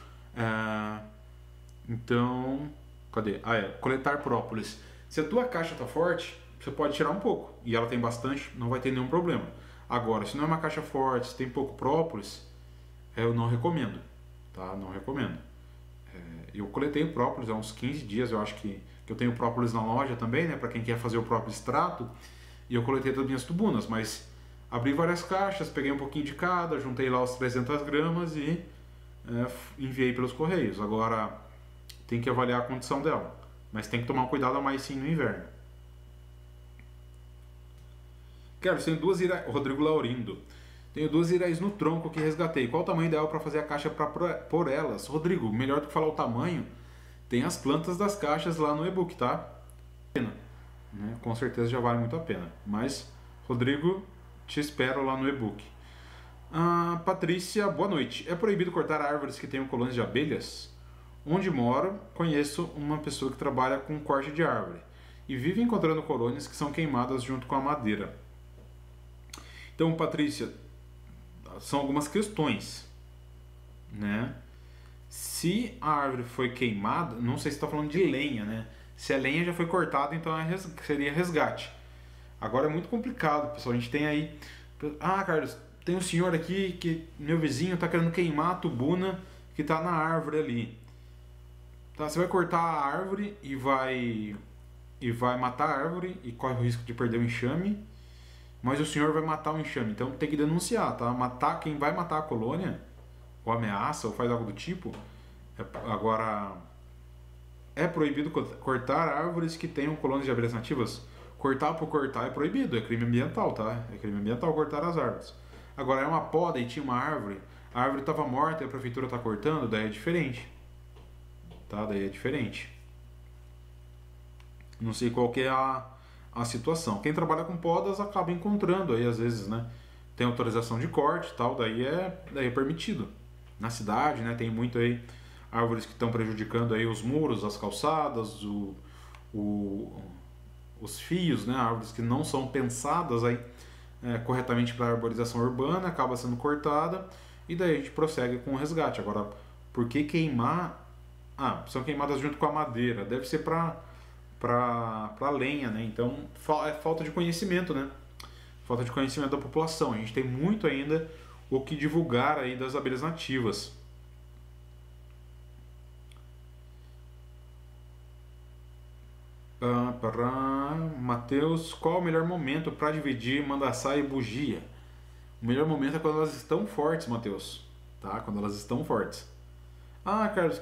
Então... Cadê? Coletar própolis. Se a tua caixa tá forte, você pode tirar um pouco. E ela tem bastante, não vai ter nenhum problema. Agora, se não é uma caixa forte, se tem pouco própolis, eu não recomendo. Tá? Não recomendo. Eu coletei o própolis há uns 15 dias, eu acho que eu tenho própolis na loja também, né? Para quem quer fazer o próprio extrato. E eu coletei das minhas tubunas, mas abri várias caixas, peguei um pouquinho de cada, juntei lá os 300 gramas e enviei pelos correios. Agora, tem que avaliar a condição dela. Mas tem que tomar um cuidado a mais sim no inverno. Carlos, tenho duas irais... Rodrigo Laurindo. Tenho duas irais no tronco que resgatei. Qual o tamanho ideal para fazer a caixa para pôr elas? Rodrigo, melhor do que falar o tamanho, tem as plantas das caixas lá no e-book, tá? Com certeza já vale muito a pena. Mas, Rodrigo, te espero lá no e-book. Patrícia, boa noite. É proibido cortar árvores que tenham colônias de abelhas? Onde moro, conheço uma pessoa que trabalha com corte de árvore e vive encontrando colônias que são queimadas junto com a madeira. Então, Patrícia, são algumas questões, né? Se a árvore foi queimada, não sei se está falando de lenha, né? Se a lenha já foi cortada, então seria resgate. Agora é muito complicado, pessoal. A gente tem aí... Carlos, tem um senhor aqui que meu vizinho está querendo queimar a tubuna que está na árvore ali. Tá, você vai cortar a árvore e vai matar a árvore e corre o risco de perder o enxame, mas o senhor vai matar o enxame, então tem que denunciar, tá? Quem vai matar a colônia, ou ameaça, ou faz algo do tipo. Agora, é proibido cortar árvores que tenham colônias de abelhas nativas? Cortar por cortar é proibido, é crime ambiental, tá? É crime ambiental cortar as árvores. Agora, é uma poda e tinha uma árvore, a árvore estava morta e a prefeitura está cortando, daí é diferente. Tá? Daí é diferente. Não sei qual que é a situação. Quem trabalha com podas acaba encontrando aí, às vezes, né? Tem autorização de corte e tal, daí é permitido. Na cidade, né? Tem muito aí árvores que estão prejudicando aí os muros, as calçadas, os fios, né? Árvores que não são pensadas aí corretamente para a arborização urbana, acaba sendo cortada. e daí a gente prossegue com o resgate. Agora, por que queimar? Ah, são queimadas junto com a madeira, deve ser para lenha, né? Então é falta de conhecimento, né? Falta de conhecimento da população. A gente tem muito ainda o que divulgar aí das abelhas nativas. Matheus, qual o melhor momento para dividir mandaçá e bugia? O melhor momento é quando elas estão fortes, Matheus. Tá? Quando elas estão fortes. Ah, Carlos,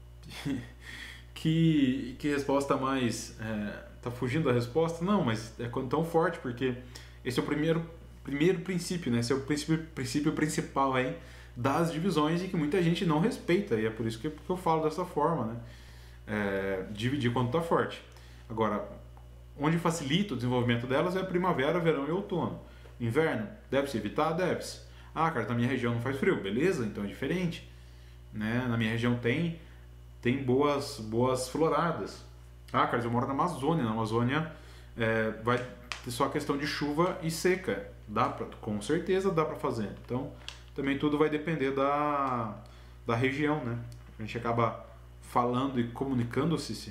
que resposta mais... tá fugindo da resposta? Não, mas é quando tão forte, porque esse é o primeiro princípio, né? Esse é o princípio principal aí das divisões e que muita gente não respeita. E é por isso que eu falo dessa forma, né? Dividir quando tá forte. Agora, onde facilita o desenvolvimento delas é primavera, verão e outono. Inverno, deve-se evitar? Deve-se. Ah, cara, na minha região não faz frio. Beleza, então é diferente. Né? Na minha região tem boas floradas. Ah, cara, eu moro na Amazônia. Na Amazônia vai ter só a questão de chuva e seca. Com certeza dá para fazer. Então, também tudo vai depender da região, né? A gente acaba falando e comunicando-se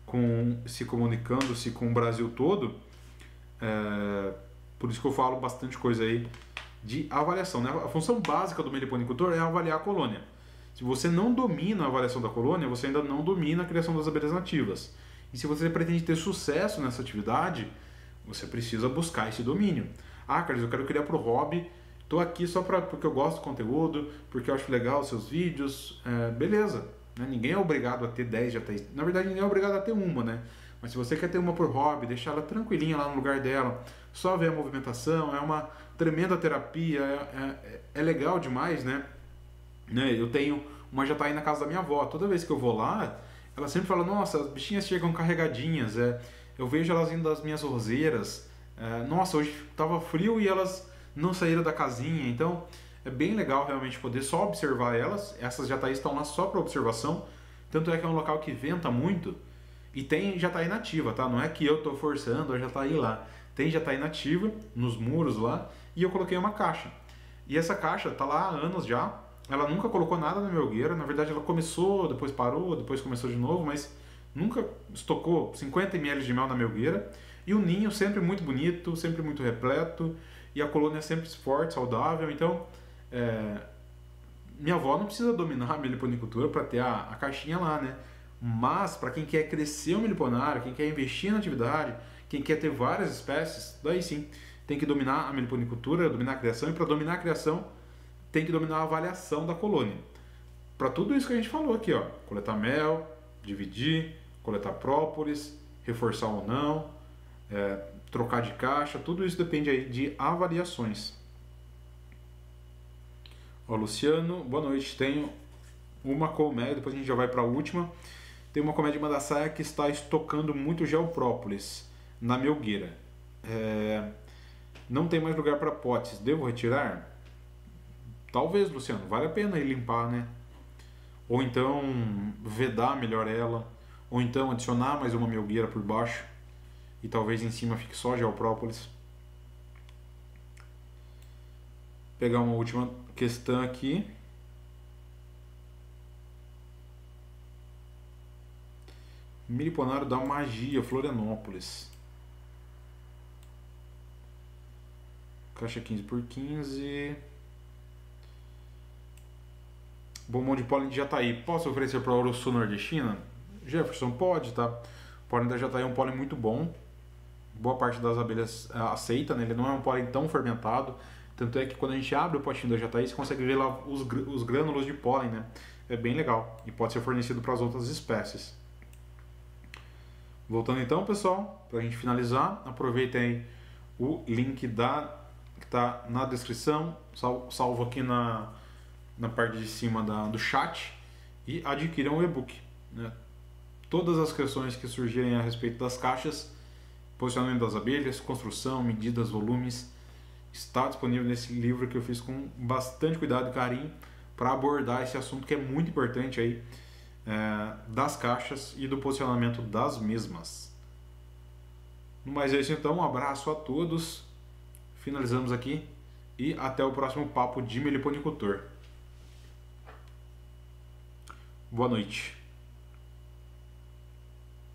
com o Brasil todo. Por isso que eu falo bastante coisa aí de avaliação, né? A função básica do meliponicultor é avaliar a colônia. Se você não domina a avaliação da colônia, você ainda não domina a criação das abelhas nativas. E se você pretende ter sucesso nessa atividade, você precisa buscar esse domínio. Ah, Carlos, eu quero criar para o hobby, estou aqui só porque eu gosto do conteúdo, porque eu acho legal os seus vídeos. Beleza, né? Ninguém é obrigado a ter 10 jataís. Na verdade, ninguém é obrigado a ter uma, né? Mas se você quer ter uma por hobby, deixar ela tranquilinha lá no lugar dela, só ver a movimentação, é uma tremenda terapia, é legal demais, né? Eu tenho uma jataí na casa da minha avó. Toda vez que eu vou lá, ela sempre fala: nossa, as bichinhas chegam carregadinhas. Eu vejo elas indo das minhas roseiras. Nossa, hoje estava frio e elas não saíram da casinha. Então é bem legal realmente poder só observar elas. Essas jataís estão lá só para observação. Tanto é que é um local que venta muito e tem jataí nativa, tá? Não é que eu estou forçando a jataí lá. Tem jataí nativa nos muros lá e eu coloquei uma caixa. E essa caixa tá lá há anos já. Ela nunca colocou nada na melgueira. Na verdade, ela começou, depois parou, depois começou de novo, mas nunca estocou 50 ml de mel na melgueira. E o ninho sempre muito bonito, sempre muito repleto. E a colônia sempre forte, saudável. Então, minha avó não precisa dominar a meliponicultura para ter a caixinha lá, né? Mas, para quem quer crescer o meliponário, quem quer investir na atividade, quem quer ter várias espécies, daí sim, tem que dominar a meliponicultura, dominar a criação. E para dominar a criação, tem que dominar a avaliação da colônia. Para tudo isso que a gente falou aqui, ó, coletar mel, dividir, coletar própolis, reforçar ou não, trocar de caixa, tudo isso depende aí de avaliações. Ó, Luciano, boa noite. Tenho uma colmeia, depois a gente já vai para a última. Tem uma colmeia de mandaçaia que está estocando muito geoprópolis na melgueira. Não tem mais lugar para potes, devo retirar? Talvez, Luciano, vale a pena ir limpar, né? Ou então vedar melhor ela, ou então adicionar mais uma melgueira por baixo e talvez em cima fique só geoprópolis. Pegar uma última questão aqui. Meliponário da Magia, Florianópolis. Caixa 15x15. Bombom de pólen de jataí. Posso oferecer para a Orosul nordestina? Jefferson, pode, tá? O pólen da jataí é um pólen muito bom. Boa parte das abelhas aceita, né? Ele não é um pólen tão fermentado. Tanto é que quando a gente abre o potinho da jataí, você consegue ver lá os grânulos de pólen, né? É bem legal. E pode ser fornecido para as outras espécies. Voltando então, pessoal, para a gente finalizar, aproveitem aí o link que está na descrição, salvo aqui na parte de cima do chat, e adquiram o e-book, né? Todas as questões que surgirem a respeito das caixas, posicionamento das abelhas, construção, medidas, volumes, está disponível nesse livro que eu fiz com bastante cuidado e carinho para abordar esse assunto que é muito importante aí, das caixas e do posicionamento das mesmas. No mais é isso então, um abraço a todos, finalizamos aqui e até o próximo papo de meliponicultor. Boa noite.